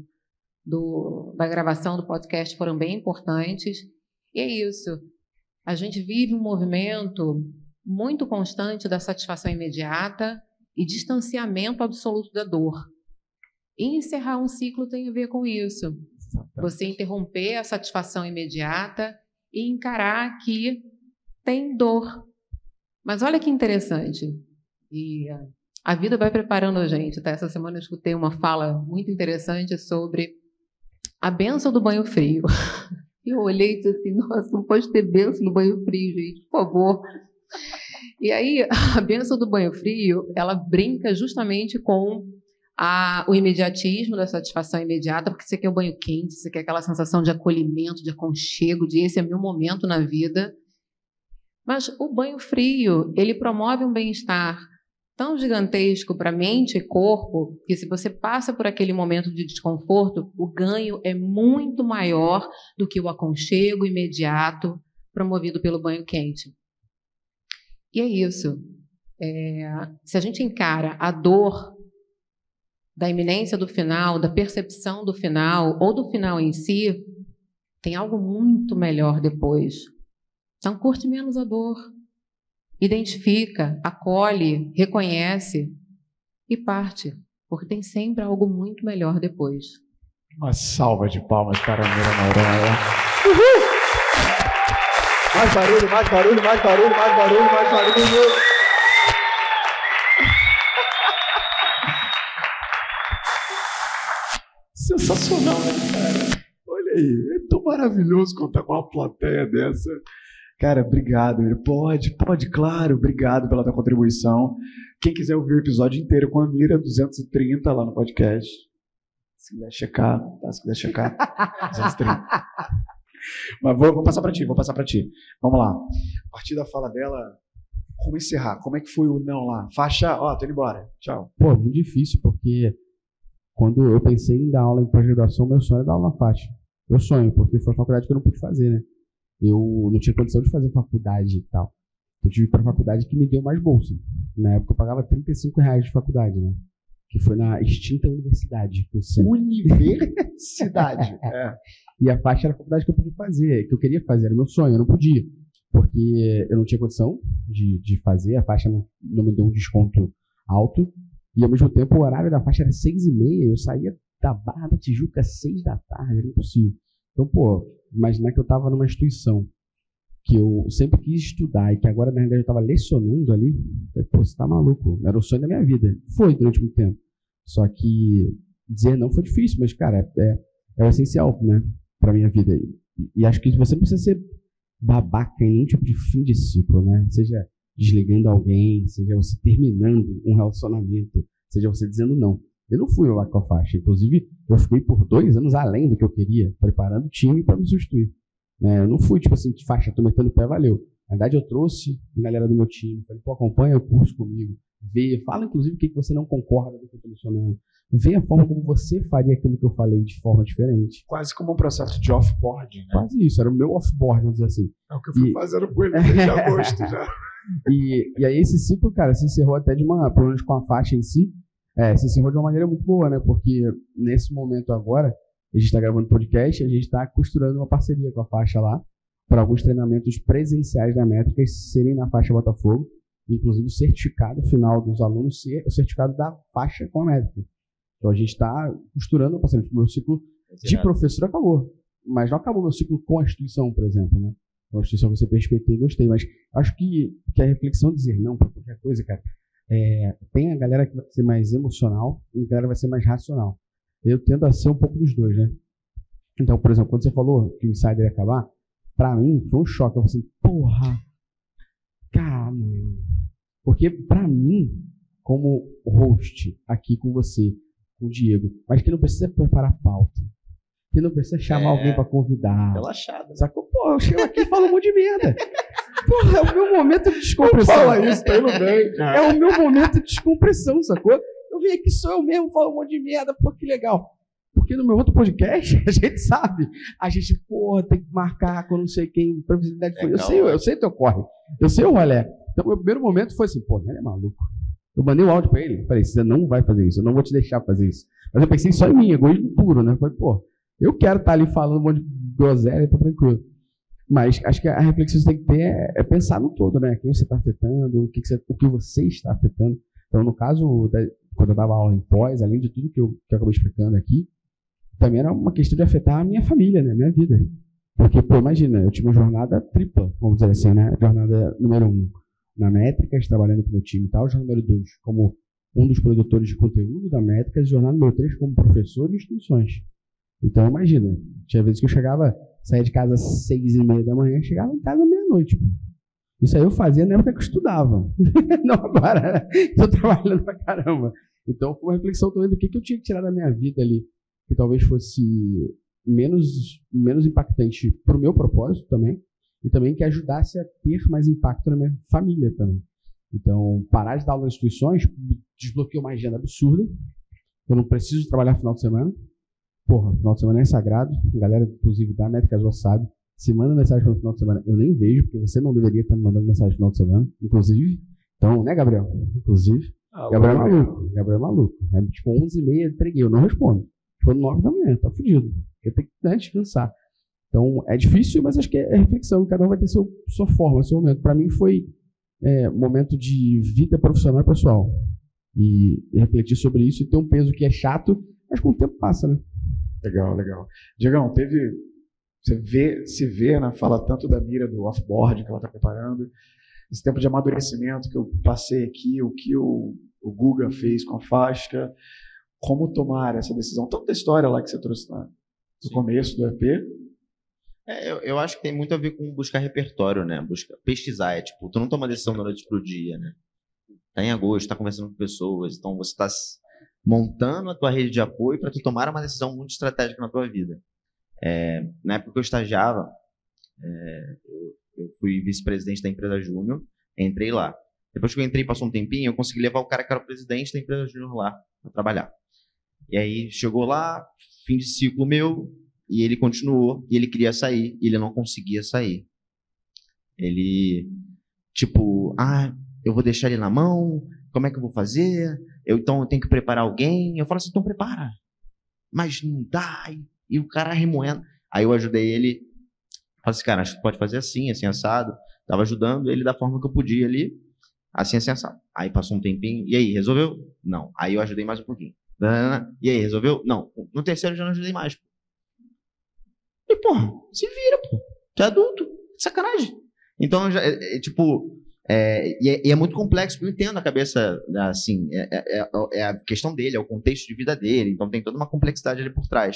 da gravação do podcast foram bem importantes. E é isso. A gente vive um movimento muito constante da satisfação imediata e distanciamento absoluto da dor. E encerrar um ciclo tem a ver com isso. Você interromper a satisfação imediata e encarar que tem dor. Mas olha que interessante. E a vida vai preparando a gente, tá? Essa semana eu escutei uma fala muito interessante sobre a bênção do banho frio. Eu olhei e disse assim, nossa, não pode ter bênção no banho frio, gente, por favor. E aí, a bênção do banho frio, ela brinca justamente com o imediatismo da satisfação imediata, porque você quer o banho quente, você quer aquela sensação de acolhimento, de aconchego, de esse é meu momento na vida. Mas o banho frio, ele promove um bem-estar tão gigantesco para mente e corpo, que se você passa por aquele momento de desconforto, o ganho é muito maior do que o aconchego imediato promovido pelo banho quente. E é isso. Se a gente encara a dor da iminência do final, da percepção do final, ou do final em si, tem algo muito melhor depois. Então, curte menos a dor. Identifica, acolhe, reconhece e parte, porque tem sempre algo muito melhor depois. Uma salva de palmas para a Mira Noronha. Uhul! Mais barulho, mais barulho, mais barulho, mais barulho, mais barulho. Sensacional, né, cara? Olha aí, é tão maravilhoso contar com uma plateia dessa. Cara, obrigado. Pode, claro. Obrigado pela tua contribuição. Quem quiser ouvir o episódio inteiro com a Mira, 230 lá no podcast. Se quiser checar, tá? Se quiser checar, 230. Mas vou passar para ti. Vamos lá. A partir da fala dela, como encerrar? Como é que foi o não lá? Faixa, tô indo embora. Tchau. Pô, muito difícil, porque quando eu pensei em dar aula em pós-graduação, meu sonho era dar aula na faixa. Meu sonho, porque foi a faculdade que eu não pude fazer, né? Eu não tinha condição de fazer faculdade e tal. Eu tive para a faculdade que me deu mais bolsa. Na época eu pagava R$35 de faculdade, né? Que foi na extinta universidade. Universidade. E a faixa era a faculdade que eu podia fazer, que eu queria fazer, era o meu sonho, eu não podia. Porque eu não tinha condição de fazer, a faixa não me deu um desconto alto. E ao mesmo tempo o horário da faixa era 6h30, eu saía da Barra da Tijuca às 6 da tarde, era impossível. Então, pô, imaginar que eu estava numa instituição que eu sempre quis estudar e que agora, na realidade, eu estava lecionando ali, eu falei, pô, você tá maluco, era o sonho da minha vida. Foi durante muito tempo. Só que dizer não foi difícil, mas, cara, é o essencial, né, pra minha vida. E acho que você não precisa ser babaca em nenhum tipo de fim de ciclo, né? Seja desligando alguém, seja você terminando um relacionamento, seja você dizendo não. Eu não fui babaca com a faixa. Inclusive, eu fiquei por 2 anos além do que eu queria, preparando o time para me substituir. Eu não fui, tipo assim, de faixa, tô metendo o pé, valeu. Na verdade, eu trouxe a galera do meu time, falei, pô, acompanha o curso comigo, vê, fala inclusive o que você não concorda do que eu tô mencionando, vê a forma como você faria aquilo que eu falei de forma diferente. Quase como um processo de off-boarding, né? Quase isso, era o meu off-board, vamos dizer assim. É o que eu fui fazendo com ele desde agosto já. E aí esse ciclo, cara, se encerrou até pelo menos com a faixa em si, se encerrou de uma maneira muito boa, né? Porque nesse momento agora, a gente está gravando podcast, a gente está costurando uma parceria com a faixa lá, para alguns treinamentos presenciais da Métricas serem na faixa Botafogo, inclusive o certificado final dos alunos ser o certificado da faixa com a Métrica. Então a gente está costurando uma parceria. O meu ciclo de professor acabou, mas não acabou meu ciclo com a instituição, por exemplo, né? A instituição que você respeitei e gostei, mas acho que a reflexão de dizer não para qualquer coisa, cara, tem a galera que vai ser mais emocional e a galera vai ser mais racional. Eu tendo a ser um pouco dos dois, né? Então, por exemplo, quando você falou que o Insider ia acabar, pra mim foi um choque. Eu falei assim, porra, cara, porque pra mim, como host aqui com você, com o Diego, mas que não precisa preparar pauta, que não precisa chamar alguém pra convidar. Relaxado. Sacou? Pô, eu chego aqui e falo um monte de merda. Porra, é o meu momento de descompressão. Fala isso, tá indo bem. É o meu momento de descompressão, sacou? Eu vim aqui, sou eu mesmo, falo um monte de merda, pô, que legal. Porque no meu outro podcast, a gente sabe. A gente, porra, tem que marcar com não sei quem, previsibilidade. Eu sei o teu corre. Eu sei o rolê. Então, o meu primeiro momento foi assim, pô, ele é maluco. Eu mandei o áudio pra ele. Falei, você não vai fazer isso. Eu não vou te deixar fazer isso. Mas eu pensei só em mim, egoísmo puro, né? Falei, pô, eu quero estar ali falando um monte de groselha, tá tranquilo. Mas acho que a reflexão que você tem que ter é pensar no todo, né? Quem você está afetando, o que você está afetando. Então, no caso, quando eu dava aula em pós, além de tudo que eu acabei explicando aqui, também era uma questão de afetar a minha família, né? Minha vida. Porque, pô, imagina, eu tive uma jornada tripla, vamos dizer assim, né? Jornada número 1 na Métricas, trabalhando com o meu time e tal. Jornada número 2 como um dos produtores de conteúdo da Métricas. Jornada número 3 como professor de instituições. Então, imagina, tinha vezes que eu saía de casa às 6h30 da manhã, chegava em casa meia-noite. Pô. Isso aí eu fazia na época que eu estudava. Não agora, estou trabalhando pra caramba. Então, foi uma reflexão também do que eu tinha que tirar da minha vida ali, que talvez fosse menos impactante para o meu propósito também, e também que ajudasse a ter mais impacto na minha família também. Então, parar de dar aula nas instituições desbloqueou uma agenda absurda. Eu não preciso trabalhar final de semana. Porra, final de semana é sagrado. A galera, inclusive, da Métricas já sabe. Se manda mensagem para o final de semana, eu nem vejo, porque você não deveria estar me mandando mensagem no final de semana, inclusive. Então, né, Gabriel? Inclusive. Gabriel é maluco. Gabriel é maluco. É tipo 11h30, entreguei. Eu não respondo. Respondo 9 da manhã, tá fudido. Eu tenho que descansar. Então, é difícil, mas acho que é reflexão. Cada um vai ter sua forma, seu momento. Para mim foi momento de vida profissional e pessoal. E refletir sobre isso e ter um peso que é chato, mas com o tempo passa, né? Legal, legal. Diegão, se vê, né, fala tanto da mira do off-board que ela está preparando, esse tempo de amadurecimento que eu passei aqui, o que o Guga fez com a Fasca, como tomar essa decisão, tanto da história lá que você trouxe no começo do EP. Eu acho que tem muito a ver com buscar repertório, né? Pesquisar, tipo, tu não toma decisão da noite pro dia, né? Tá em agosto, tá conversando com pessoas, então você tá montando a tua rede de apoio para tu tomar uma decisão muito estratégica na tua vida. Na época que eu estagiava, eu fui vice-presidente da empresa Júnior, entrei lá. Depois que eu entrei, passou um tempinho, eu consegui levar o cara que era o presidente da empresa Júnior lá para trabalhar. E aí chegou lá, fim de ciclo meu, e ele continuou, e ele queria sair, e ele não conseguia sair. Ele, tipo, eu vou deixar ele na mão, como é que eu vou fazer? Então eu tenho que preparar alguém. Eu falo assim, então prepara. Mas não dá. E o cara remoendo. Aí eu ajudei ele. Falei assim, cara, acho que pode fazer assim, assim, assado. Tava ajudando ele da forma que eu podia ali. Assim, assim, assado. Aí passou um tempinho. E aí, resolveu? Não. Aí eu ajudei mais um pouquinho. E aí, resolveu? Não. No terceiro eu já não ajudei mais. E, porra, se vira, pô. Tu é adulto. Sacanagem. Então, e é muito complexo, porque eu entendo a cabeça, assim, é a questão dele, é o contexto de vida dele, então tem toda uma complexidade ali por trás.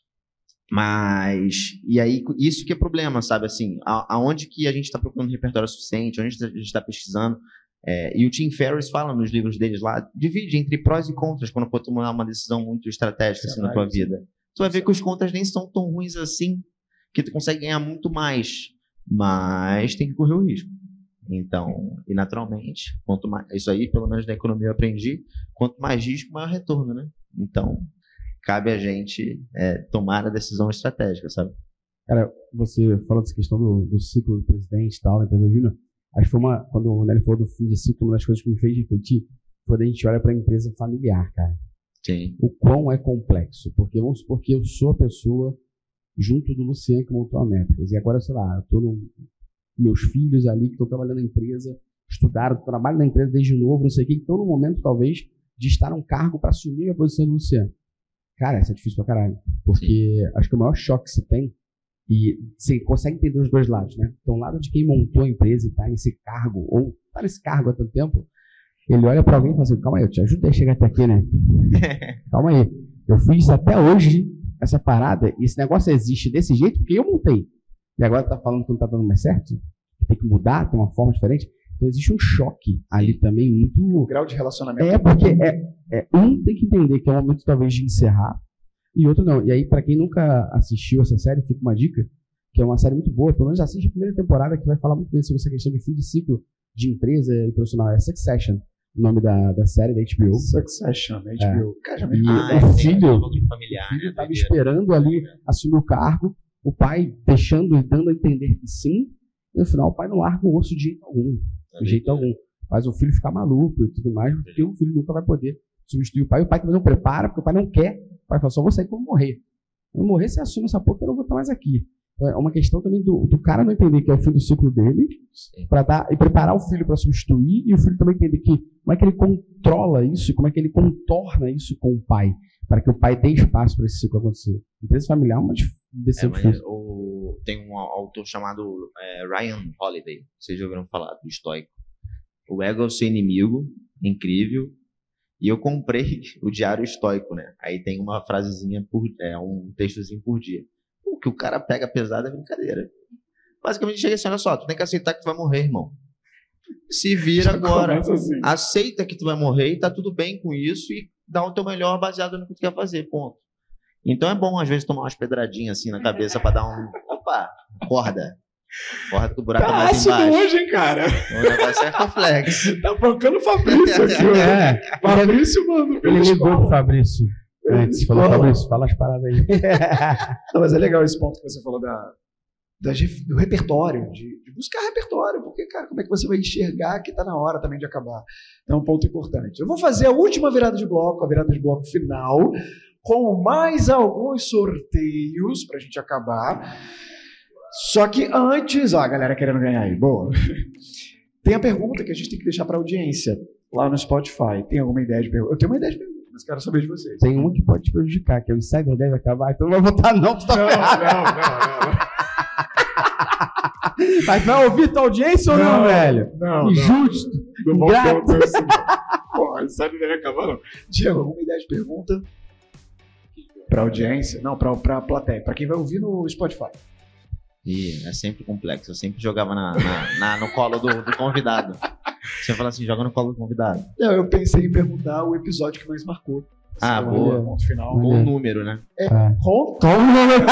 Mas, e aí, isso que é problema, sabe, assim, aonde que a gente está procurando repertório suficiente, onde a gente está pesquisando, e o Tim Ferriss fala nos livros deles lá, divide entre prós e contras quando for tomar uma decisão muito estratégica assim, na tua vida. Tu vai ver que os contras nem são tão ruins assim, que tu consegue ganhar muito mais, mas tem que correr o risco. Então, e naturalmente, quanto mais, isso aí, pelo menos na economia eu aprendi, quanto mais risco, maior retorno, né? Então, cabe a gente tomar a decisão estratégica, sabe? Cara, você falou dessa questão do ciclo do presidente e tal, na empresa Júnior, acho que foi quando o Nelly falou do fim de ciclo, uma das coisas que me fez refletir foi quando a gente olha para a empresa familiar, cara. Sim. O quão é complexo, porque vamos supor que eu sou a pessoa junto do Luciano que montou a Métricas, e agora, sei lá, eu tô meus filhos ali que estão trabalhando na empresa, estudaram, trabalham na empresa desde novo, não sei o que, estão no momento, talvez, de estar num cargo para assumir a posição do Luciano. Cara, isso é difícil pra caralho. Porque acho que o maior choque que você tem, e você consegue entender os dois lados, né? Então, o lado de quem montou a empresa e está nesse cargo, ou está nesse cargo há tanto tempo, ele olha para alguém e fala assim, calma aí, eu te ajudei a chegar até aqui, né? Calma aí, eu fiz até hoje essa parada, e esse negócio existe desse jeito porque eu montei. E agora tá falando que não tá dando mais certo? Tem que mudar, tem uma forma diferente. Então existe um choque ali também muito... O grau de relacionamento. Porque um tem que entender que é o momento talvez de encerrar, e outro não. E aí, para quem nunca assistiu essa série, fica uma dica, que é uma série muito boa, pelo menos assiste a primeira temporada, que vai falar muito bem sobre essa questão de fim de ciclo de empresa e profissional, é Succession. o nome da série da HBO. Succession, HBO. Cara, já me E lembro. o filho familiar, estava esperando ali assumir o cargo, o pai deixando e dando a entender que sim, e no final o pai não larga o osso de jeito algum. De jeito algum. Faz o filho ficar maluco e tudo mais, porque o filho nunca vai poder substituir o pai também não prepara, porque o pai não quer. O pai fala, só vou sair quando morrer. Quando morrer, você assume essa porra que eu não vou estar mais aqui. É uma questão também do cara não entender que é o fim do ciclo dele, para dar e preparar o filho para substituir, e o filho também entender que como é que ele controla isso, como é que ele contorna isso com o pai, para que o pai dê espaço para esse ciclo acontecer. Empresa familiar é uma decepção. Tem um autor chamado Ryan Holiday, vocês já ouviram falar, do estoico. O ego é o seu inimigo, incrível. E eu comprei o Diário Estoico, né? Aí tem uma frasezinha, um textozinho por dia. O que o cara pega pesado é brincadeira. Basicamente chega assim, olha só, tu tem que aceitar que tu vai morrer, irmão. Se vira agora. Assim. Aceita que tu vai morrer e tá tudo bem com isso e dá o teu melhor baseado no que tu quer fazer, ponto. Então é bom, às vezes, tomar umas pedradinhas assim na cabeça pra dar um... Opa, acorda. Acorda que o buraco tá mais embaixo. Hoje, hein, cara? O negócio é complexo. Tá bancando o Fabrício aqui, Fabrício, mano. Ele ligou pro Fabrício. Antes, falou, Fabrício, fala as paradas aí. Não, mas é legal esse ponto que você falou do repertório, de buscar repertório, porque, cara, como é que você vai enxergar que tá na hora também de acabar? Então é um ponto importante. Eu vou fazer a última virada de bloco, a virada de bloco final, com mais alguns sorteios pra gente acabar. Só que antes, a galera querendo ganhar aí, boa. Tem a pergunta que a gente tem que deixar para a audiência lá no Spotify. Tem alguma ideia de pergunta? Eu tenho uma ideia de pergunta, mas quero saber de vocês. Tem uma que pode te prejudicar, que é o Insider deve acabar, então não vai votar não, tu tá Não. Mas vai ouvir tua audiência ou não, velho? Não. Injusto. Não vou ingrato. fazer isso, não. Pô, Insider deve acabar, não. Diego, alguma ideia de pergunta? Para a audiência? Não, para a plateia. Para quem vai ouvir no Spotify. E é sempre complexo. Eu sempre jogava no colo do convidado. Você fala assim, joga no colo do convidado. Não, eu pensei em perguntar o episódio que mais marcou. Boa. Ponto final. Com o número, né? Com número.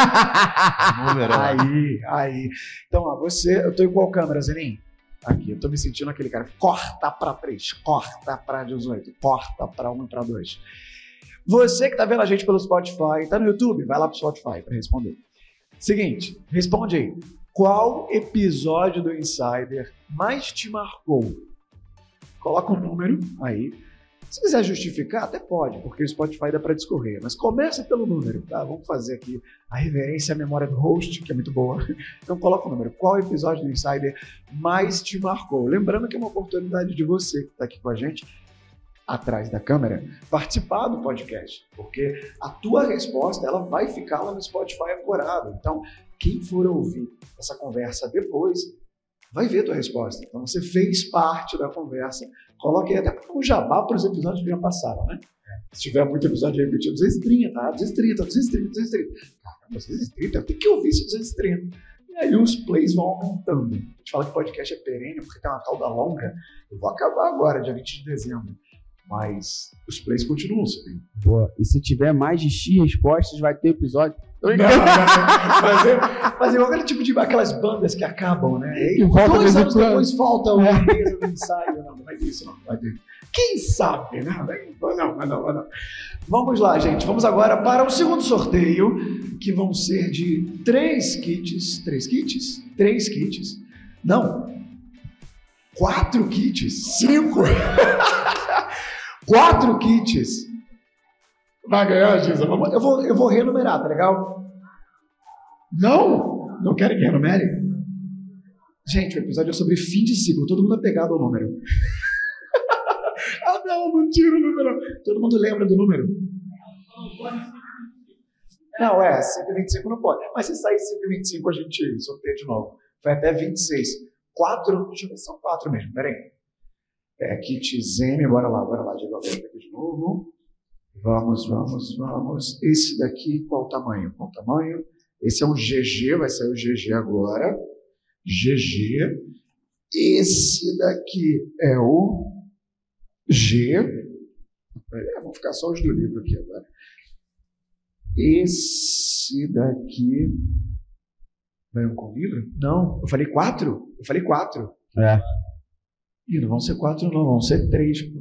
Aí. Então, eu tô em qual câmera, Zenin? Aqui, eu tô me sentindo aquele cara. Corta pra 3, corta pra 18, corta pra 1 e pra 2. Você que tá vendo a gente pelo Spotify, tá no YouTube, vai lá pro Spotify pra responder. Seguinte, responde aí. Qual episódio do Insider mais te marcou? Coloca um número aí. Se quiser justificar, até pode, porque o Spotify dá para discorrer. Mas começa pelo número, tá? Vamos fazer aqui a reverência à memória do host, que é muito boa. Então coloca o número. Qual episódio do Insider mais te marcou? Lembrando que é uma oportunidade de você que está aqui com a gente, atrás da câmera, participar do podcast, porque a tua resposta ela vai ficar lá no Spotify ancorado. Então, quem for ouvir essa conversa depois, vai ver a tua resposta. Então, você fez parte da conversa. Coloque aí até um jabá para os episódios que já passaram, né? Se tiver muito episódio repetido, 230, tá? 230. Caramba, 230, eu tenho que ouvir esse 230. E aí os plays vão aumentando. A gente fala que podcast é perene, porque tem uma cauda longa. Eu vou acabar agora, dia 20 de dezembro. Mas os plays continuam subindo. Boa. E se tiver mais de X respostas, vai ter episódio. Não. Mas igual aquele tipo de aquelas bandas que acabam, né? E volta 2 anos depois volta uma mesa do ensaio. Não vai ter isso, não. Vai ter. Quem sabe, né? Não. Vamos lá, gente. Vamos agora para o segundo sorteio, que vão ser de 3 kits. 3 kits? 3 kits. Não. 4 kits. 5. 4 kits. Vai ganhar, Giza. Eu vou renumerar, tá legal? Não? Não querem que renumere? Gente, o episódio é sobre fim de ciclo. Todo mundo é pegado ao número. Não tira o número. Todo mundo lembra do número? Não, 5,25 não pode. Mas se sair 5,25 a gente sorteia de novo. Vai até 26. 4, deixa eu ver se são 4 mesmo. Pera aí. Kit Zeme, bora lá, Diego Alberto aqui de novo. Vamos. Esse daqui, qual tamanho? Esse é um GG, vai sair o GG agora. GG. Esse daqui é o G. Vamos ficar só os do livro aqui agora. Esse daqui. Vai com o livro? Não, eu falei 4. É. Ih, não vão ser 4, não, vão ser 3, pô.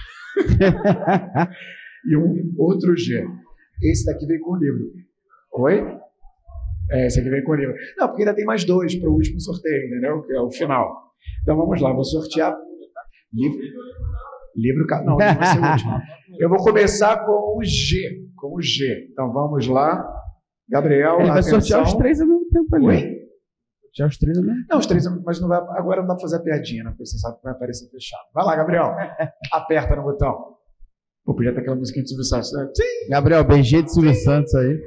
E um outro G. Esse daqui veio com o livro. Oi? Esse aqui veio com o livro. Não, porque ainda tem mais 2 para o último sorteio, entendeu? Que é o final. Então vamos lá, vou sortear. Livro. Não, vai ser o último. Eu vou começar com o G. Com o G. Então vamos lá. Gabriel, Ele vai atenção. sortear os 3 ao mesmo tempo ali. Oi? Sortear os 3 ao mesmo tempo. Não, os 3, mas não vai, agora não dá para fazer a piadinha, né? Porque você sabe que vai aparecer fechado. Vai lá, Gabriel. Aperta no botão. Pô, podia ter aquela musiquinha de Silvio Santos, né? Sim. Gabriel, beijinho de Silvio Santos aí.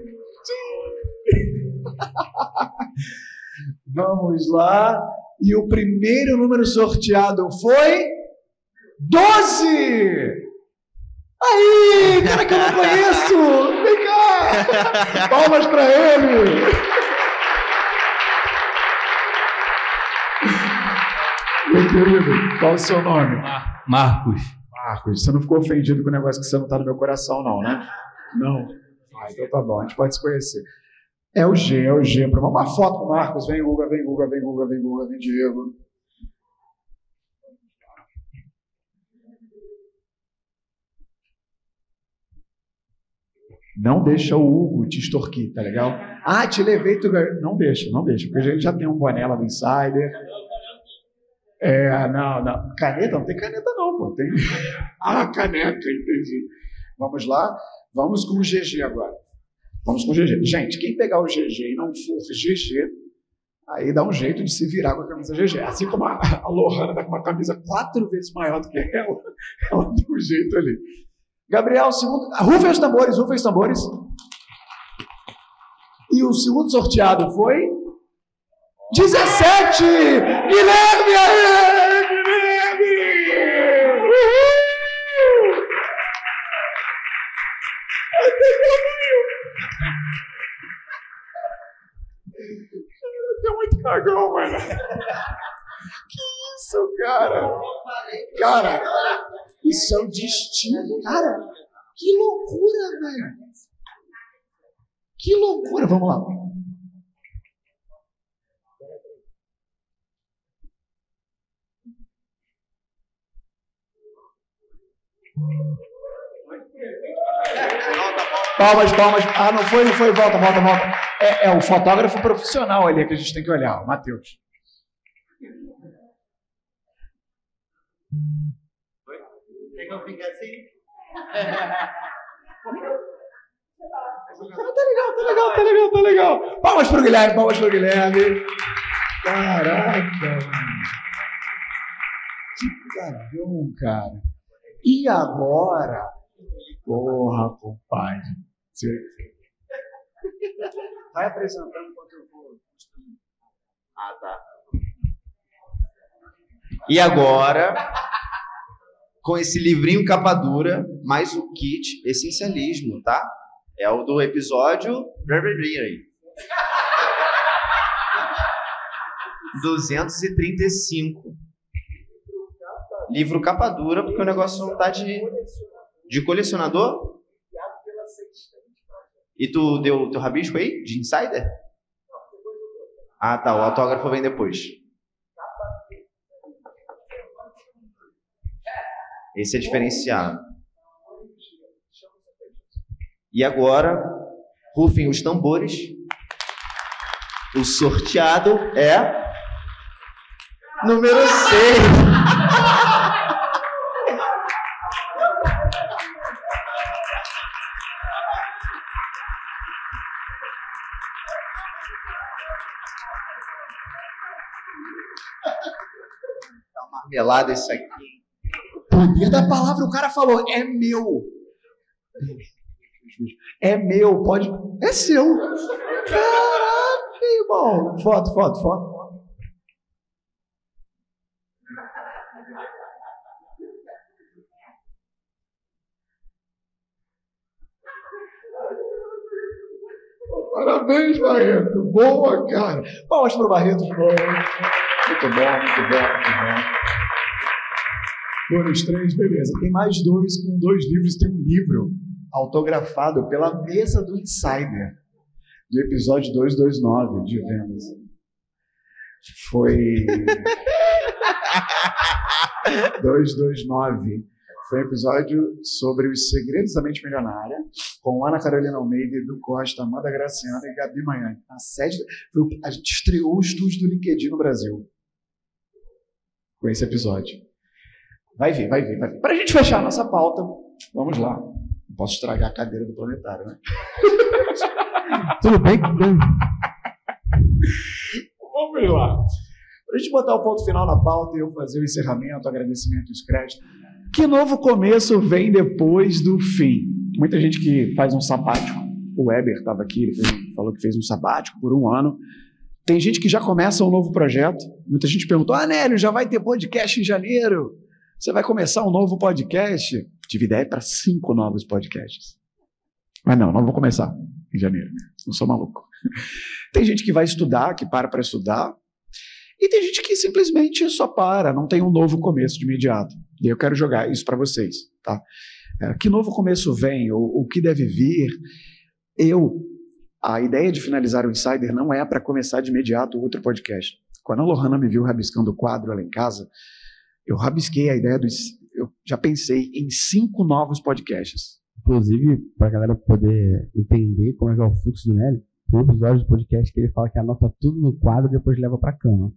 Vamos lá. E o primeiro número sorteado foi 12! Aí, cara que eu não conheço! Vem cá! Palmas pra ele! Meu querido, qual é o seu nome? Marcos. Marcos, você não ficou ofendido com o negócio que você não tá no meu coração, não, né? Não. Ah, então tá bom, a gente pode se conhecer. É o G. Para uma foto com o Marcos. Vem Guga, vem Diego. Não deixa o Hugo te extorquir, tá legal? Ah, te levei, tu ganhou. Não deixa, porque a gente já tem um boné lá do Insider. Não. Caneta? Não tem caneta não, pô. Tem... Ah, caneta, entendi. Vamos lá. Vamos com o GG agora. Vamos com o GG. Gente, quem pegar o GG e não for GG, aí dá um jeito de se virar com a camisa GG. Assim como a Lohana está com uma camisa 4 vezes maior do que ela tem um jeito ali. Gabriel, segundo... Rufem os tambores. E o segundo sorteado foi... 17! Guilherme! Uhul! Tem muito cagão, mano. Que isso, cara? Cara, isso é o destino. Cara, que loucura, velho. Que loucura. Vamos lá. Palmas. Ah, não foi. Volta. É o fotógrafo profissional ali que a gente tem que olhar, o Matheus. Tem que eu ficar assim? Tá legal. Palmas pro Guilherme. Caraca, mano. Que cagão, cara. E agora? Porra, compadre. Você... Vai apresentando enquanto eu vou. Ah, tá. E agora, com esse livrinho capa dura, mais o kit Essencialismo, tá? É o do episódio 235. Livro capa dura, porque o negócio não tá de colecionador? E tu deu teu rabisco aí? De Insider? Ah, tá. O autógrafo vem depois. Esse é diferenciado. E agora, rufem os tambores. O sorteado é... número 6. Tá uma marmelada isso aqui. Poder da palavra, o cara falou, é meu. É meu, pode... É seu. Caraca, irmão. Foto. Parabéns, Barreto. Boa, cara. Palmas para o Barreto. Muito bom. Foram os 3, beleza. Tem mais 2 com 2 livros. Tem um livro autografado pela mesa do Insider, do episódio 229 de vendas. Foi... 229. Foi um episódio sobre os segredos da mente milionária, com Ana Carolina Almeida, Edu Costa, Amanda Graciana e Gabi Manhã. A gente estreou o estúdio do LinkedIn no Brasil com esse episódio. Vai vir. Para a gente fechar a nossa pauta, vamos lá. Não posso estragar a cadeira do planetário, né? Tudo bem? Vamos lá. Para a gente botar o ponto final na pauta e eu fazer o encerramento, o agradecimento e os créditos. Que novo começo vem depois do fim? Muita gente que faz um sabático. O Weber estava aqui, ele falou que fez um sabático por 1 ano. Tem gente que já começa um novo projeto. Muita gente perguntou, Nélio, já vai ter podcast em janeiro? Você vai começar um novo podcast? Tive ideia para 5 novos podcasts. Mas não vou começar em janeiro. Não sou maluco. Tem gente que vai estudar, que para estudar. E tem gente que simplesmente só para, não tem um novo começo de imediato. E eu quero jogar isso para vocês, tá? Que novo começo vem, ou o que deve vir? A ideia de finalizar o Insider não é para começar de imediato outro podcast. Quando a Lohana me viu rabiscando o quadro lá em casa, eu rabisquei a ideia eu já pensei em 5 novos podcasts. Inclusive, para a galera poder entender como é que é o fluxo do Nélio, tem um episódio do podcast que ele fala que anota tudo no quadro e depois leva para a cama.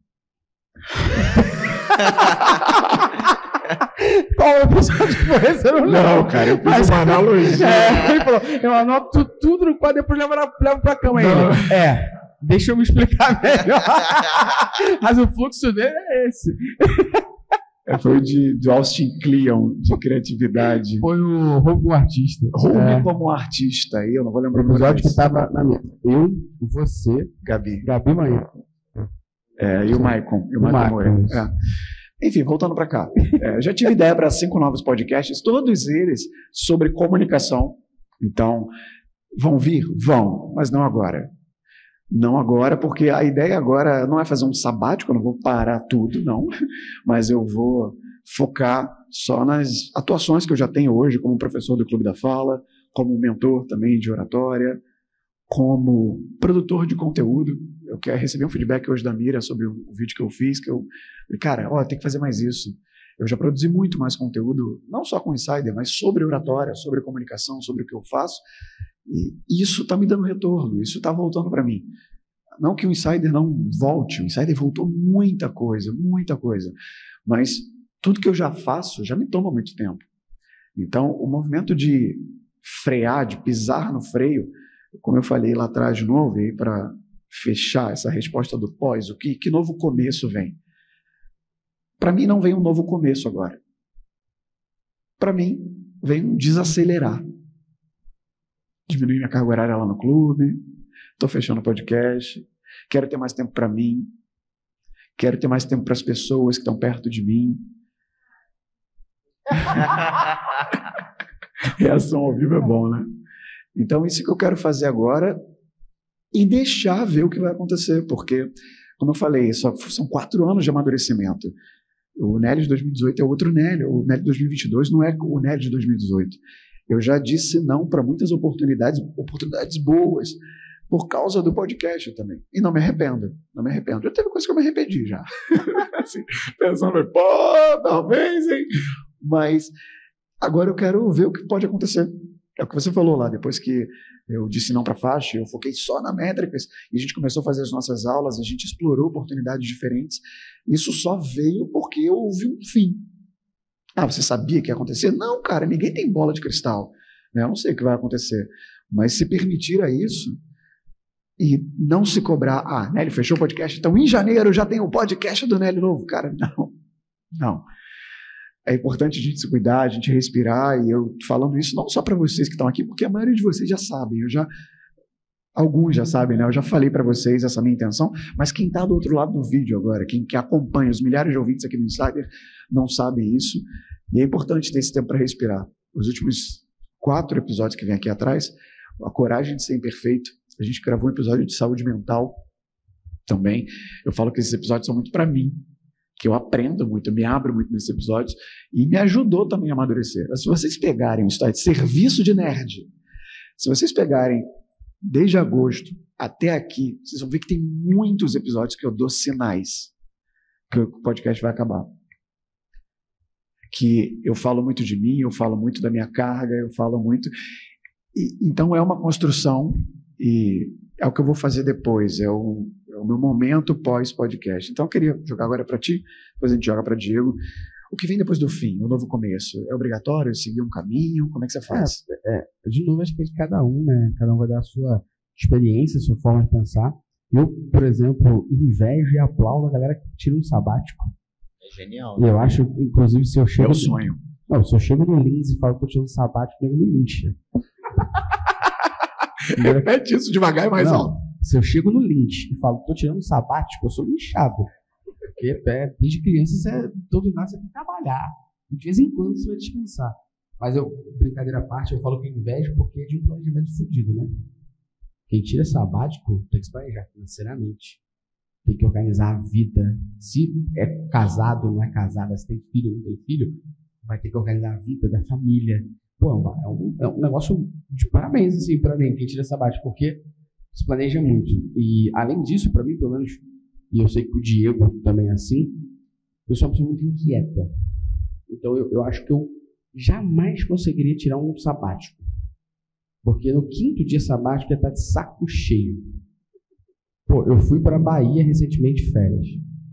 Qual é o episódio que foi esse? Não, cara, eu fiz uma analogia. Ele falou, eu anoto tudo no quadro e depois levo pra cama. Deixa eu me explicar melhor. Mas o fluxo dele é esse. Foi do Austin Kleon, de criatividade. Foi o Roubo como Artista. Roubo como Artista. Eu não vou lembrar o episódio que estava na minha. Eu, você, Gabi Manhã. E o Maicon. Moreira. Enfim, voltando para cá. Já tive ideia para 5 novos podcasts, todos eles sobre comunicação. Então, vão vir? Vão, mas não agora. Não agora, porque a ideia agora não é fazer um sabático, eu não vou parar tudo, não. Mas eu vou focar só nas atuações que eu já tenho hoje como professor do Clube da Fala, como mentor também de oratória, como produtor de conteúdo. Eu recebi um feedback hoje da Mira sobre o vídeo que eu fiz, que eu falei, cara, tem que fazer mais isso. Eu já produzi muito mais conteúdo, não só com Insider, mas sobre oratória, sobre comunicação, sobre o que eu faço. E isso está me dando retorno, isso está voltando para mim. Não que o Insider não volte, o Insider voltou muita coisa, mas tudo que eu já faço já me toma muito tempo. Então, o movimento de frear, de pisar no freio, como eu falei lá atrás de novo, e para fechar essa resposta do pós, que novo começo vem? Para mim não vem um novo começo agora. Para mim vem um desacelerar. Diminuir minha carga horária lá no clube, estou fechando o podcast, quero ter mais tempo para mim, quero ter mais tempo para as pessoas que estão perto de mim. Reação ao vivo é bom, né? Então, isso que eu quero fazer agora e deixar ver o que vai acontecer, porque, como eu falei, são 4 anos de amadurecimento. O Nélio de 2018 é outro Nélio, o Nélio de 2022 não é o Nélio de 2018. Eu já disse não para muitas oportunidades boas, por causa do podcast também. E não me arrependo. Já teve coisa que eu me arrependi já. Assim, pensando, talvez, hein? Mas agora eu quero ver o que pode acontecer. É o que você falou lá, depois que eu disse não para a faixa, eu foquei só na métricas, e a gente começou a fazer as nossas aulas, a gente explorou oportunidades diferentes. Isso só veio porque eu ouvi um fim. Você sabia que ia acontecer? Não, cara, ninguém tem bola de cristal. Eu não sei o que vai acontecer. Mas se permitir a isso e não se cobrar, Nélio fechou o podcast, então em janeiro já tem o podcast do Nélio novo. Cara, não. É importante a gente se cuidar, a gente respirar, e eu falando isso não só para vocês que estão aqui, porque a maioria de vocês já sabem, alguns já sabem, né? Eu já falei para vocês essa minha intenção, mas quem está do outro lado do vídeo agora, quem que acompanha, os milhares de ouvintes aqui no Insider, não sabem isso, e é importante ter esse tempo para respirar. Os últimos 4 episódios que vem aqui atrás, a coragem de ser imperfeito, a gente gravou um episódio de saúde mental também. Eu falo que esses episódios são muito para mim, que eu aprendo muito, eu me abro muito nesses episódios, e me ajudou também a amadurecer. Mas se vocês pegarem o Insider Serviço de Nerd, se vocês pegarem desde agosto até aqui, vocês vão ver que tem muitos episódios que eu dou sinais que o podcast vai acabar. que eu falo muito de mim, eu falo muito da minha carga, eu falo muito. Então é uma construção e é o que eu vou fazer depois, é o meu momento pós-podcast. Então eu queria jogar agora para ti, depois a gente joga para Diego. O que vem depois do fim, o novo começo? É obrigatório seguir um caminho? Como é que você faz? De novo, acho que é de cada um, né? Cada um vai dar a sua experiência, a sua forma de pensar. Eu, por exemplo, invejo e aplaudo a galera que tira um sabático. É genial. E eu acho, inclusive, se eu chego... Meu sonho. Não, se eu chego no Lins e falo que eu tiro um sabático, eu me lincha. Repete isso devagar e mais alto. Se eu chego no Lynch e falo que tô tirando um sabático, eu sou linchado. Porque desde criança, todo nada você tem que trabalhar. E de vez em quando você vai descansar. Mas brincadeira à parte, eu falo que eu invejo porque é de um planejamento fodido, né? Quem tira sabático tem que se planejar financeiramente. Tem que organizar a vida. Se é casado, não é casada, se tem filho, não tem filho, vai ter que organizar a vida da família. Pô, é um negócio de parabéns, assim, pra mim, quem tira sabático, porque se planeja muito. E, além disso, pra mim, pelo menos, e eu sei que o Diego também é assim, eu sou uma pessoa muito inquieta. Então, eu acho que eu jamais conseguiria tirar um sabático. Porque no 5º dia sabático eu ia estar de saco cheio. Pô, eu fui pra Bahia recentemente de férias.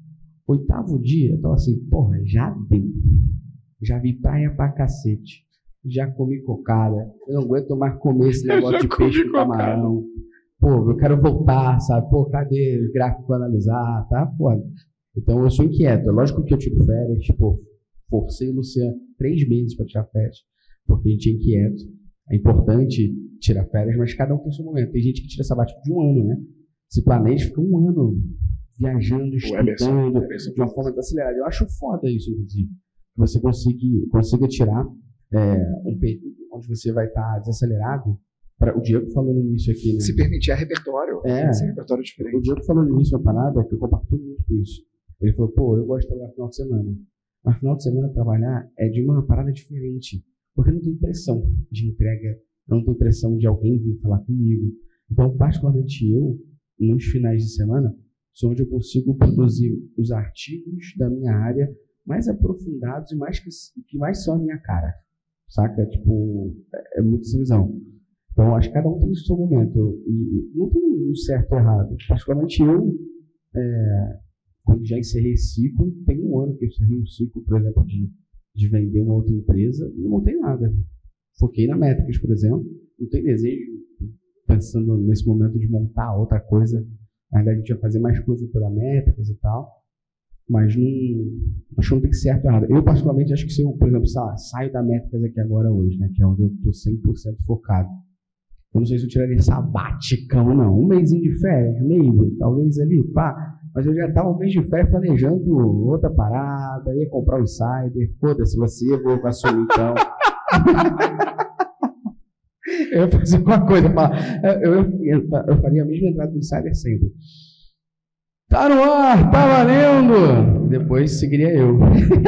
8º dia, eu tava assim, porra, já deu. Já vi praia pra cacete. Já comi cocada. Eu não aguento mais comer esse negócio de peixe com camarão. Pô, eu quero voltar, sabe? Pô, cadê o gráfico pra analisar? Tá foda. Então eu sou inquieto. É lógico que eu tiro férias. Tipo, forcei o Luciano 3 meses pra tirar férias. Porque a gente é inquieto. É importante tirar férias, mas cada um tem seu momento. Tem gente que tira sabático de 1 ano, né? Se planeja, fica 1 ano viajando, estudando, de uma forma acelerada. Eu acho foda isso, inclusive. Que você consiga tirar um período onde você vai estar desacelerado. O Diego falou no início aqui, né? Se permitir repertório. Esse repertório diferente. O Diego falou no início uma parada que eu compartilho muito com isso. Ele falou, pô, eu gosto de trabalhar no final de semana. Mas no final de semana trabalhar é de uma parada diferente. Porque não tem pressão de entrega, não tem pressão de alguém vir falar comigo. Então, particularmente eu, nos finais de semana, sou onde eu consigo produzir os artigos da minha área mais aprofundados e que mais são a minha cara. Saca? Tipo, é muito essa visão. Então, acho que cada um tem o seu momento. E não tem um certo ou errado. Particularmente eu, quando já encerrei ciclo, tem 1 ano que eu encerrei um ciclo, por exemplo, de vender uma outra empresa, e não montei nada. Foquei na Métricas, por exemplo. Não tem desejo, pensando nesse momento, de montar outra coisa. Na verdade, a gente vai fazer mais coisa pela Métricas e tal. Mas acho que não tem certo ou errado. Eu, particularmente, acho que se eu, por exemplo, saio da Métricas aqui agora hoje, né, que é onde eu estou 100% focado. Eu não sei se eu tiraria sabaticão, não. 1 mêsinho de férias, maybe, talvez ali, pá. Mas eu já estava 1 mês de férias planejando outra parada, ia comprar o Insider. Foda-se você, eu vou assumir então. Eu ia fazer uma coisa, eu faria a mesma entrada do Insider sempre. Tá no ar, tá valendo! Depois seguiria eu.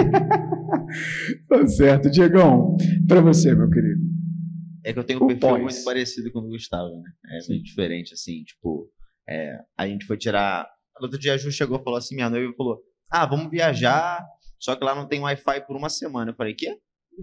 Tá certo. Diegão, pra você, meu querido. É que eu tenho um perfil muito parecido com o do Gustavo, né? É meio diferente, assim, tipo... a gente foi tirar... No outro dia a Ju chegou e falou assim, minha noiva falou, vamos viajar, só que lá não tem Wi-Fi por 1 semana. Eu falei, quê?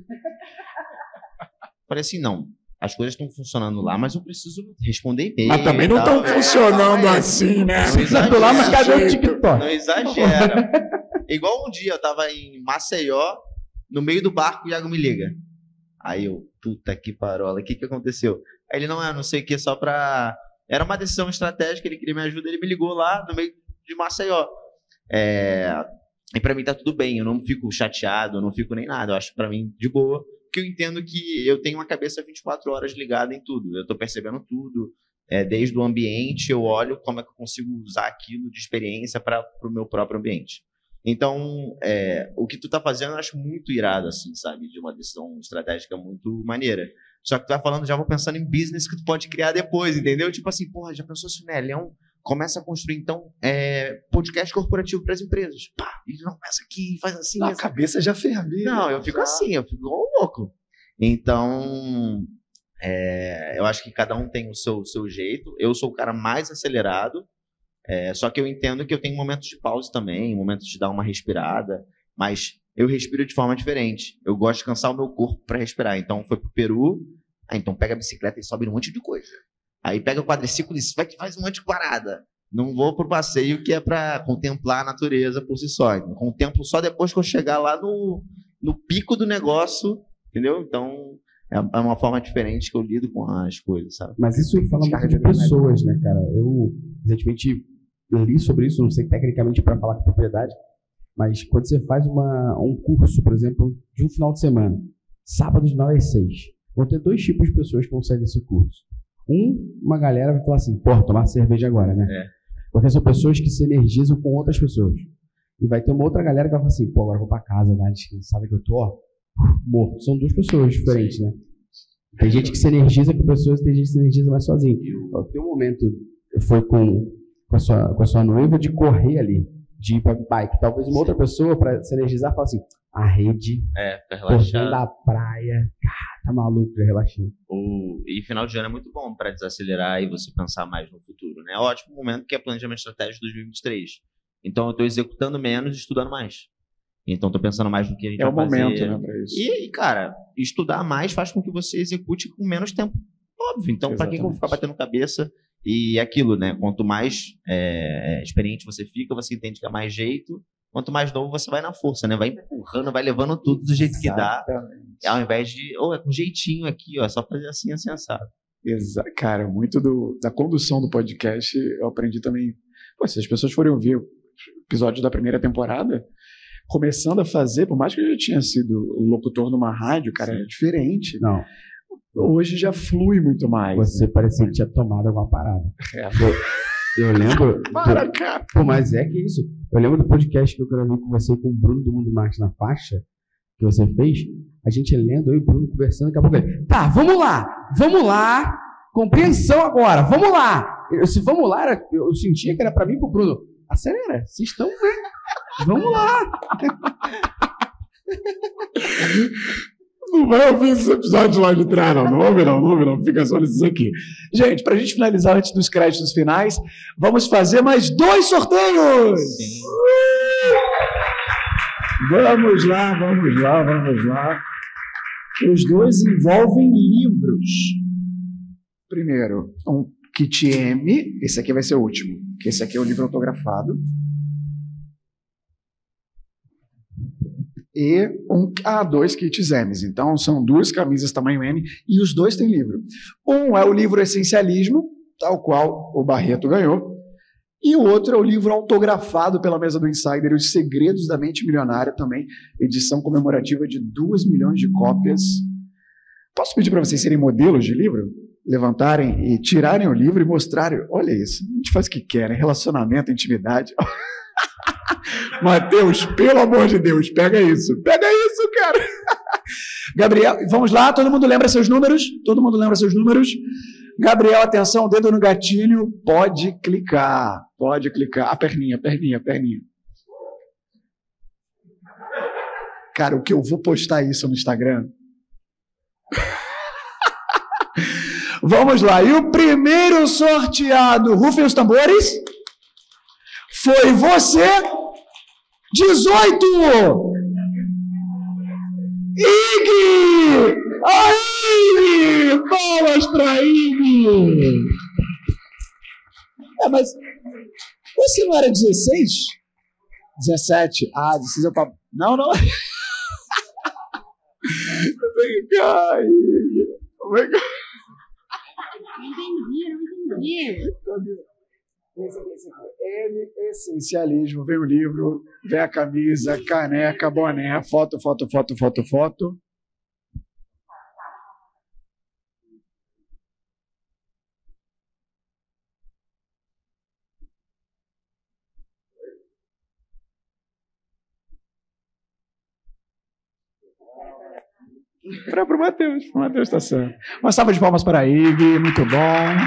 Falei assim, não, as coisas estão funcionando lá, mas eu preciso responder e-mail. Mas também não estão funcionando assim, né? Não exagera. Lá, mas cadê o TikTok? Não exagera. Igual um dia eu tava em Maceió, no meio do barco, o Iago me liga. Aí eu, puta que parola, o que aconteceu? Aí ele, não sei o que, só pra... Era uma decisão estratégica, ele queria me ajudar, ele me ligou lá no meio de Maceió. E pra mim tá tudo bem, eu não fico chateado, eu não fico nem nada, eu acho pra mim de boa, porque eu entendo que eu tenho uma cabeça 24 horas ligada em tudo, eu tô percebendo tudo, desde o ambiente eu olho como é que eu consigo usar aquilo de experiência para o meu próprio ambiente. Então, o que tu tá fazendo eu acho muito irado, assim, sabe, de uma decisão estratégica muito maneira. Só que tu vai falando, já vou pensando em business que tu pode criar depois, entendeu? Tipo assim, porra, já pensou se o Nelhão começa a construir, então, podcast corporativo para as empresas. Pá, ele não começa aqui, faz assim. A cabeça já ferve. Não, eu fico assim, eu fico igual um louco. Então, eu acho que cada um tem o seu jeito. Eu sou o cara mais acelerado, só que eu entendo que eu tenho momentos de pausa também, momentos de dar uma respirada. Mas eu respiro de forma diferente. Eu gosto de cansar o meu corpo para respirar. Então, foi pro Peru. Então pega a bicicleta e sobe um monte de coisa. Aí pega o quadriciclo e faz um monte de parada. Não vou pro passeio que é para contemplar a natureza por si só. Contemplo só depois que eu chegar lá no pico do negócio, entendeu? Então, é uma forma diferente que eu lido com as coisas, sabe? Mas isso fala muito de pessoas, né, cara? Eu, recentemente, li sobre isso, não sei tecnicamente para falar com propriedade, mas quando você faz um curso, por exemplo, de um final de semana, sábado de 9 às 6, vão ter 2 tipos de pessoas que vão sair desse curso. Uma galera vai falar assim, pô, tomar cerveja agora, né? Porque são pessoas que se energizam com outras pessoas. E vai ter uma outra galera que vai falar assim, pô, agora eu vou pra casa, né? Descansada que eu tô, ó, morto. São 2 pessoas diferentes, né? Tem gente que se energiza com pessoas e tem gente que se energiza mais sozinho. Tem um momento, foi com a sua noiva, de correr ali, de ir pra bike. Talvez uma outra pessoa, pra se energizar, fala assim, a rede, pra relaxar. da praia, tá maluco, já relaxei. E final de ano é muito bom para desacelerar e você pensar mais no futuro, né? Ótimo momento que é planejamento estratégico de 2023. Então eu estou executando menos e estudando mais. Então estou pensando mais no que a gente vai fazer. É o momento, né, para isso. E, cara, estudar mais faz com que você execute com menos tempo. Óbvio. Então, para que eu vou ficar batendo cabeça? E aquilo, né? Quanto mais experiente você fica, você entende que é mais jeito. Quanto mais novo, você vai na força, né? Vai empurrando, vai levando tudo do jeito que dá. Ao invés de, é com jeitinho aqui, ó, só fazer assim, assim, assado. Cara, muito da condução do podcast eu aprendi também. Pô, se as pessoas forem ouvir o episódio da primeira temporada, começando a fazer, por mais que eu já tinha sido locutor numa rádio, cara, era diferente. Não. Hoje já flui muito mais. Você parecia que tinha tomado alguma parada. Eu lembro... cara! Pô, mas é que isso. Eu lembro do podcast que eu gravei com você, com o Bruno do Mundo Marketing na Faixa, que você fez. A gente lendo, eu e o Bruno conversando, daqui a pouco ele, tá, vamos lá, compreensão agora, vamos lá. Se vamos lá, eu sentia que era pra mim e pro Bruno. Acelera, vocês estão, né? Vamos lá. Não vai ouvir esse episódio lá de trás, não ouve não, fica só nesses aqui. Gente, pra gente finalizar antes dos créditos finais, vamos fazer mais 2 sorteios! Sim. Vamos lá. Os 2 envolvem livros. Primeiro, um kit M, esse aqui vai ser o último, que esse aqui é o livro autografado. E 2 kits M's. Então, são 2 camisas tamanho M e os 2 têm livro. Um é o livro Essencialismo, tal qual o Barreto ganhou, e o outro é o livro autografado pela mesa do Insider, Os Segredos da Mente Milionária, também edição comemorativa de 2 milhões de cópias. Posso pedir para vocês serem modelos de livro? Levantarem e tirarem o livro e mostrarem, olha isso, a gente faz o que quer, né? Relacionamento, intimidade... Mateus, pelo amor de Deus, pega isso, cara. Gabriel, vamos lá, todo mundo lembra seus números? Gabriel, atenção, dedo no gatilho, pode clicar. A perninha. Cara, o que eu vou postar isso no Instagram? Vamos lá, e o primeiro sorteado, rufem os tambores, foi você... 18! Ig! Aí! Palmas pra Ig! Mas você não era 16? 17? 16 é o papo. Não. Vem cá, Ig. Vem cá. Não entendi. Esse aqui. Essencialismo. Vem o livro, vem a camisa, caneca, boné, foto. Para o Matheus está certo. Uma salva de palmas para a Ig, muito bom.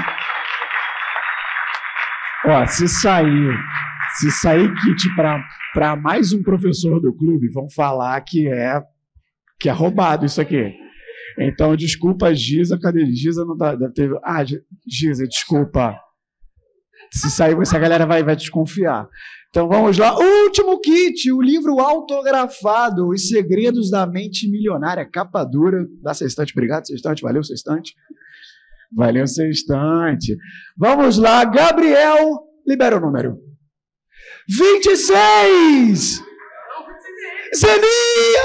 Ó, se sair kit para mais um professor do clube, vão falar que é roubado isso aqui. Então, desculpa, Giza, cadê Giza? Não deve ter... Giza, desculpa. Se sair, essa galera vai desconfiar. Então vamos lá. Último kit, o livro autografado, Os Segredos da Mente Milionária, capa dura. Dá Sextante, obrigado, Sextante. Valeu, Sextante. Valeu, Sextante. Vamos lá, Gabriel, libera o número. 26! Zeninha!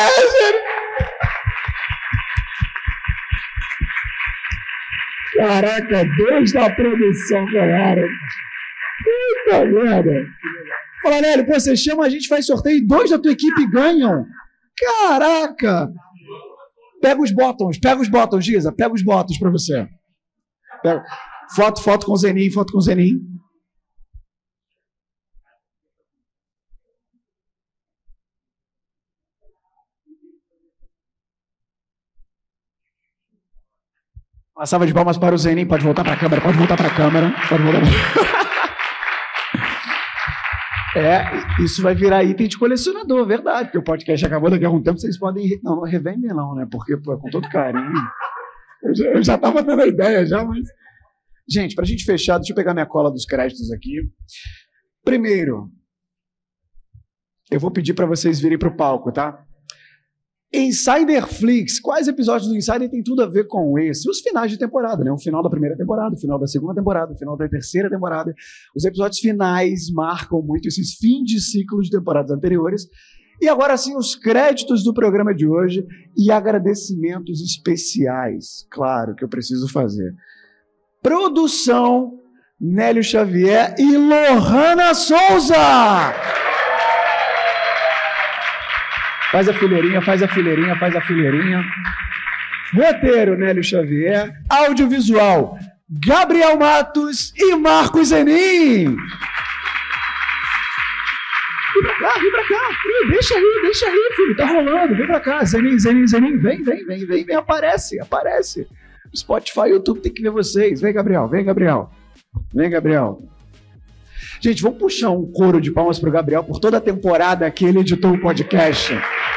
Caraca, Deus da produção ganharam. Puta merda. Fala, Nélio, pô, você chama a gente, faz sorteio e 2 da tua equipe ganham. Caraca. Pega os botões, Giza. Pega os botões pra você. Pega. Foto com o Zenin, Uma salva de palmas para o Zenin. Pode voltar para a câmera. Isso vai virar item de colecionador, verdade. Porque o podcast acabou daqui a algum tempo. Vocês podem... Não revendem não, né? Porque, pô, com todo carinho. Eu já estava dando a ideia, mas... Gente, para a gente fechar, deixa eu pegar minha cola dos créditos aqui. Primeiro, eu vou pedir para vocês virem para o palco, tá? Insiderflix, quais episódios do Insider tem tudo a ver com esse? Os finais de temporada, né? O final da primeira temporada, o final da segunda temporada, o final da terceira temporada. Os episódios finais marcam muito esses fins de ciclo de temporadas anteriores. E agora sim, os créditos do programa de hoje e agradecimentos especiais, claro, que eu preciso fazer. Produção, Nélio Xavier e Lohana Souza! Faz a fileirinha. Roteiro, Nélio Xavier. Audiovisual, Gabriel Matos e Marcos Zenin. Vem pra cá. Deixa aí, filho. Tá rolando. Vem pra cá. Zenin. Vem. Aparece. O Spotify e o YouTube tem que ver vocês. Vem, Gabriel. Gente, vamos puxar um coro de palmas pro Gabriel por toda a temporada que ele editou o podcast.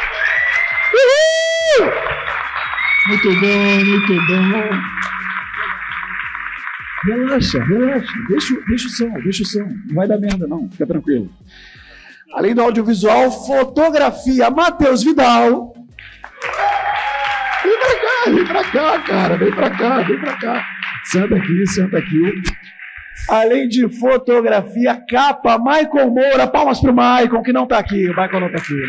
Uhul! Muito bom. Relaxa. Deixa o som. Não vai dar merda, não. Fica tranquilo. Além do audiovisual, fotografia, Matheus Vidal. Vem pra cá, cara. Vem pra cá. Senta aqui. Além de fotografia, capa, Michael Moura. Palmas pro Michael, que não tá aqui. O Michael não tá aqui.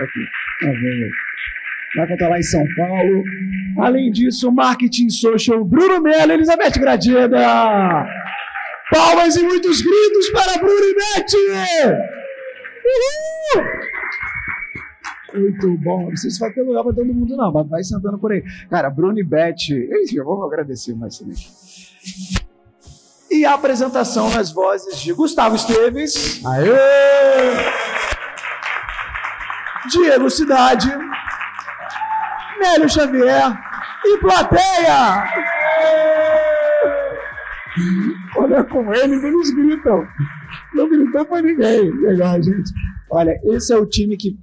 Michael tá lá em São Paulo. Além disso, marketing social, Bruno Melo, Elizabeth Gradida. Palmas e muitos gritos para Bruno e Beth. Uhul! Muito bom. Não sei se vai ter lugar para todo mundo, não, mas vai sentando por aí. Cara, Bruno e Beth. Enfim, eu vou agradecer mais também. E a apresentação nas vozes de Gustavo Esteves. Aê! Diego Cidade. Nélio Xavier. E plateia! Olha com eles gritam. Não gritou pra ninguém. Legal, gente. Olha, esse é o time que...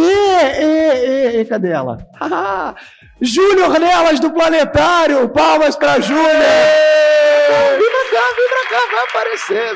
Cadê ela? Júlio Ornelas do Planetário. Palmas pra Júlia. Vem pra cá, vai aparecer.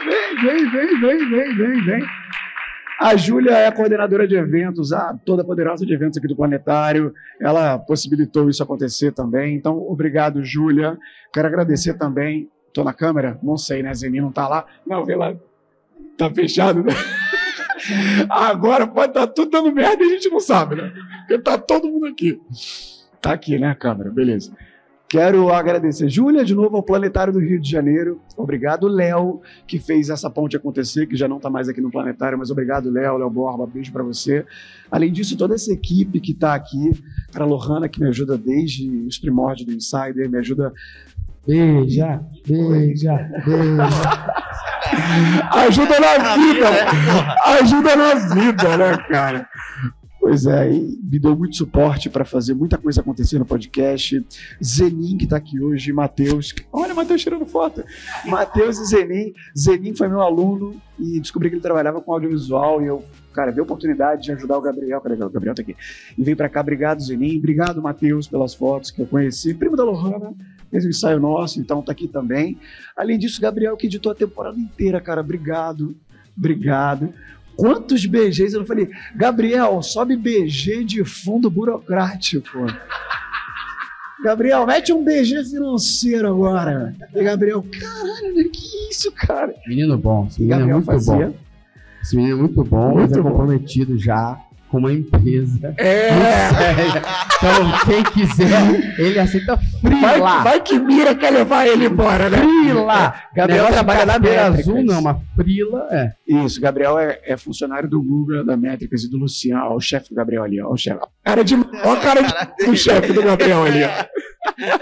Vem. A Júlia é a coordenadora de eventos, toda poderosa de eventos aqui do Planetário. Ela possibilitou isso acontecer também. Então, obrigado, Júlia. Quero agradecer também. Tô na câmera? Não sei, né? Zenin não tá lá. Não, vê lá. Tá fechado, né? Agora pode estar tudo dando merda e a gente não sabe, né? Porque tá todo mundo aqui. Tá aqui, né, a câmera? Beleza. Quero agradecer, Júlia, de novo ao Planetário do Rio de Janeiro. Obrigado, Léo, que fez essa ponte acontecer, que já não está mais aqui no Planetário, mas obrigado, Léo Borba, beijo para você. Além disso, toda essa equipe que está aqui, a Lohana, que me ajuda desde os primórdios do Insider, me ajuda... Beija. Ajuda na vida, né, cara? Pois é, e me deu muito suporte para fazer muita coisa acontecer no podcast. Zenin, que está aqui hoje, Matheus. Olha, Matheus tirando foto. Matheus e Zenin. Zenin foi meu aluno e descobri que ele trabalhava com audiovisual e eu, cara, dei a oportunidade de ajudar o Gabriel. Cadê o Gabriel? Tá aqui. E vem para cá. Obrigado, Zenin. Obrigado, Matheus, pelas fotos que eu conheci. Primo da Lohana. fez um ensaio nosso, então tá aqui também. Além disso, Gabriel, que editou a temporada inteira, cara, obrigado. Quantos BGs eu não falei? Gabriel, sobe BG de fundo burocrático. Gabriel, mete um BG financeiro agora. E Gabriel, caralho, que isso, cara? Menino bom, esse menino Gabriel é muito fazia. bom. Esse menino é muito bom, Muito mas é bom. comprometido já com uma empresa. É! Então, quem quiser, ele aceita frila. Vai que Mira quer levar ele embora, né? Frila! Gabriel Negócio trabalha na carteira Métricas. azul, não, uma frila, Isso, Gabriel é funcionário do Google, da Métricas e do Luciano. Ó, o chefe do Gabriel ali, ó. O chefe. Ó a cara do chefe do Gabriel ali, ó.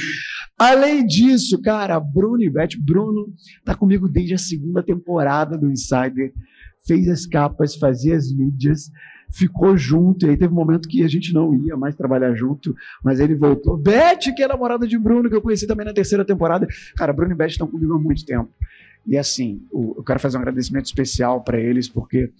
Além disso, cara, Bruno e Beth. Bruno tá comigo desde a 2ª temporada do Insider. Fez as capas, fazia as mídias, ficou junto. E aí teve um momento que a gente não ia mais trabalhar junto, mas ele voltou. Beth, que é a namorada de Bruno, que eu conheci também na 3ª temporada. Cara, Bruno e Beth estão comigo há muito tempo. E assim, eu quero fazer um agradecimento especial para eles, porque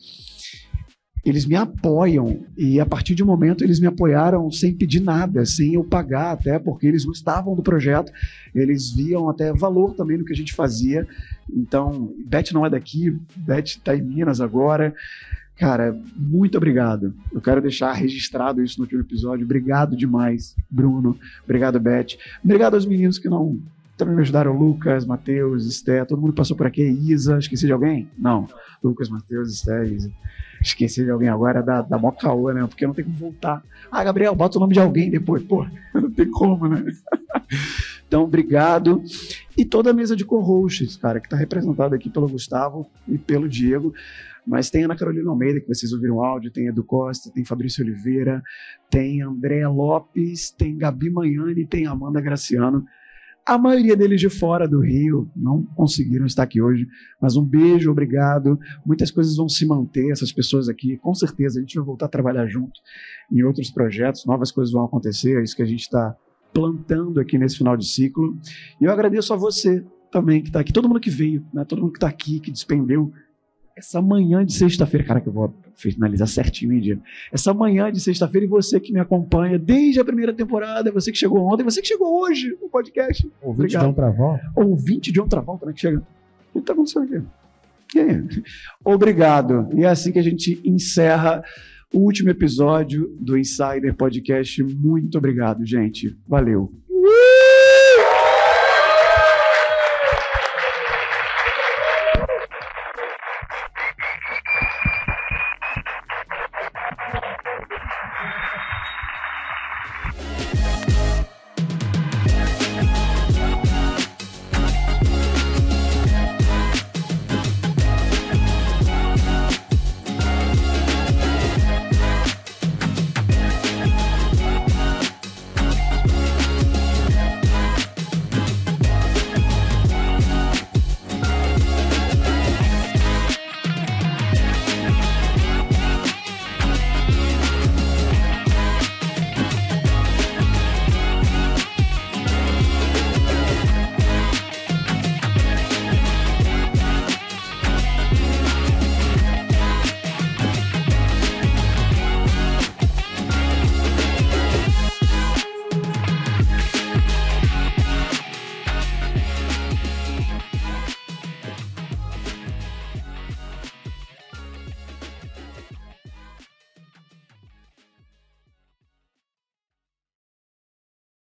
eles me apoiam, e a partir de um momento eles me apoiaram sem pedir nada, sem eu pagar, até porque eles gostavam do projeto, eles viam até valor também no que a gente fazia. Então, Beth não é daqui, Beth está em Minas agora. Cara, muito obrigado. Eu quero deixar registrado isso no último episódio. Obrigado demais, Bruno. Obrigado, Beth. Obrigado aos meninos que não também me ajudaram, Lucas, Matheus, Esté, todo mundo passou por aqui. Isa, esqueci de alguém? Não. Lucas, Matheus, Esté, Isa. Esqueci de alguém agora, da mó caô, né? Porque não tem como voltar. Ah, Gabriel, bota o nome de alguém depois. Pô, não tem como, né? Então, obrigado. E toda a mesa de co-hosts, cara, que está representada aqui pelo Gustavo e pelo Diego. Mas tem Ana Carolina Almeida, que vocês ouviram o áudio, tem Edu Costa, tem Fabrício Oliveira, tem Andréa Lopes, tem Gabi Manhani, tem Amanda Graciano. A maioria deles de fora do Rio não conseguiram estar aqui hoje, mas um beijo, obrigado. Muitas coisas vão se manter, essas pessoas aqui, com certeza a gente vai voltar a trabalhar junto em outros projetos, novas coisas vão acontecer, é isso que a gente está plantando aqui nesse final de ciclo. E eu agradeço a você também que está aqui, todo mundo que veio, né? Todo mundo que está aqui, que despendeu essa manhã de sexta-feira, cara, que eu vou finalizar certinho, hein, Diego? Essa manhã de sexta-feira, e você que me acompanha desde a 1ª temporada, você que chegou ontem, você que chegou hoje no podcast. Ouvinte de outra volta. Ouvinte de outra volta, né, que chega. O que está acontecendo aqui? E aí? Obrigado. E é assim que a gente encerra o último episódio do Insider Podcast. Muito obrigado, gente. Valeu.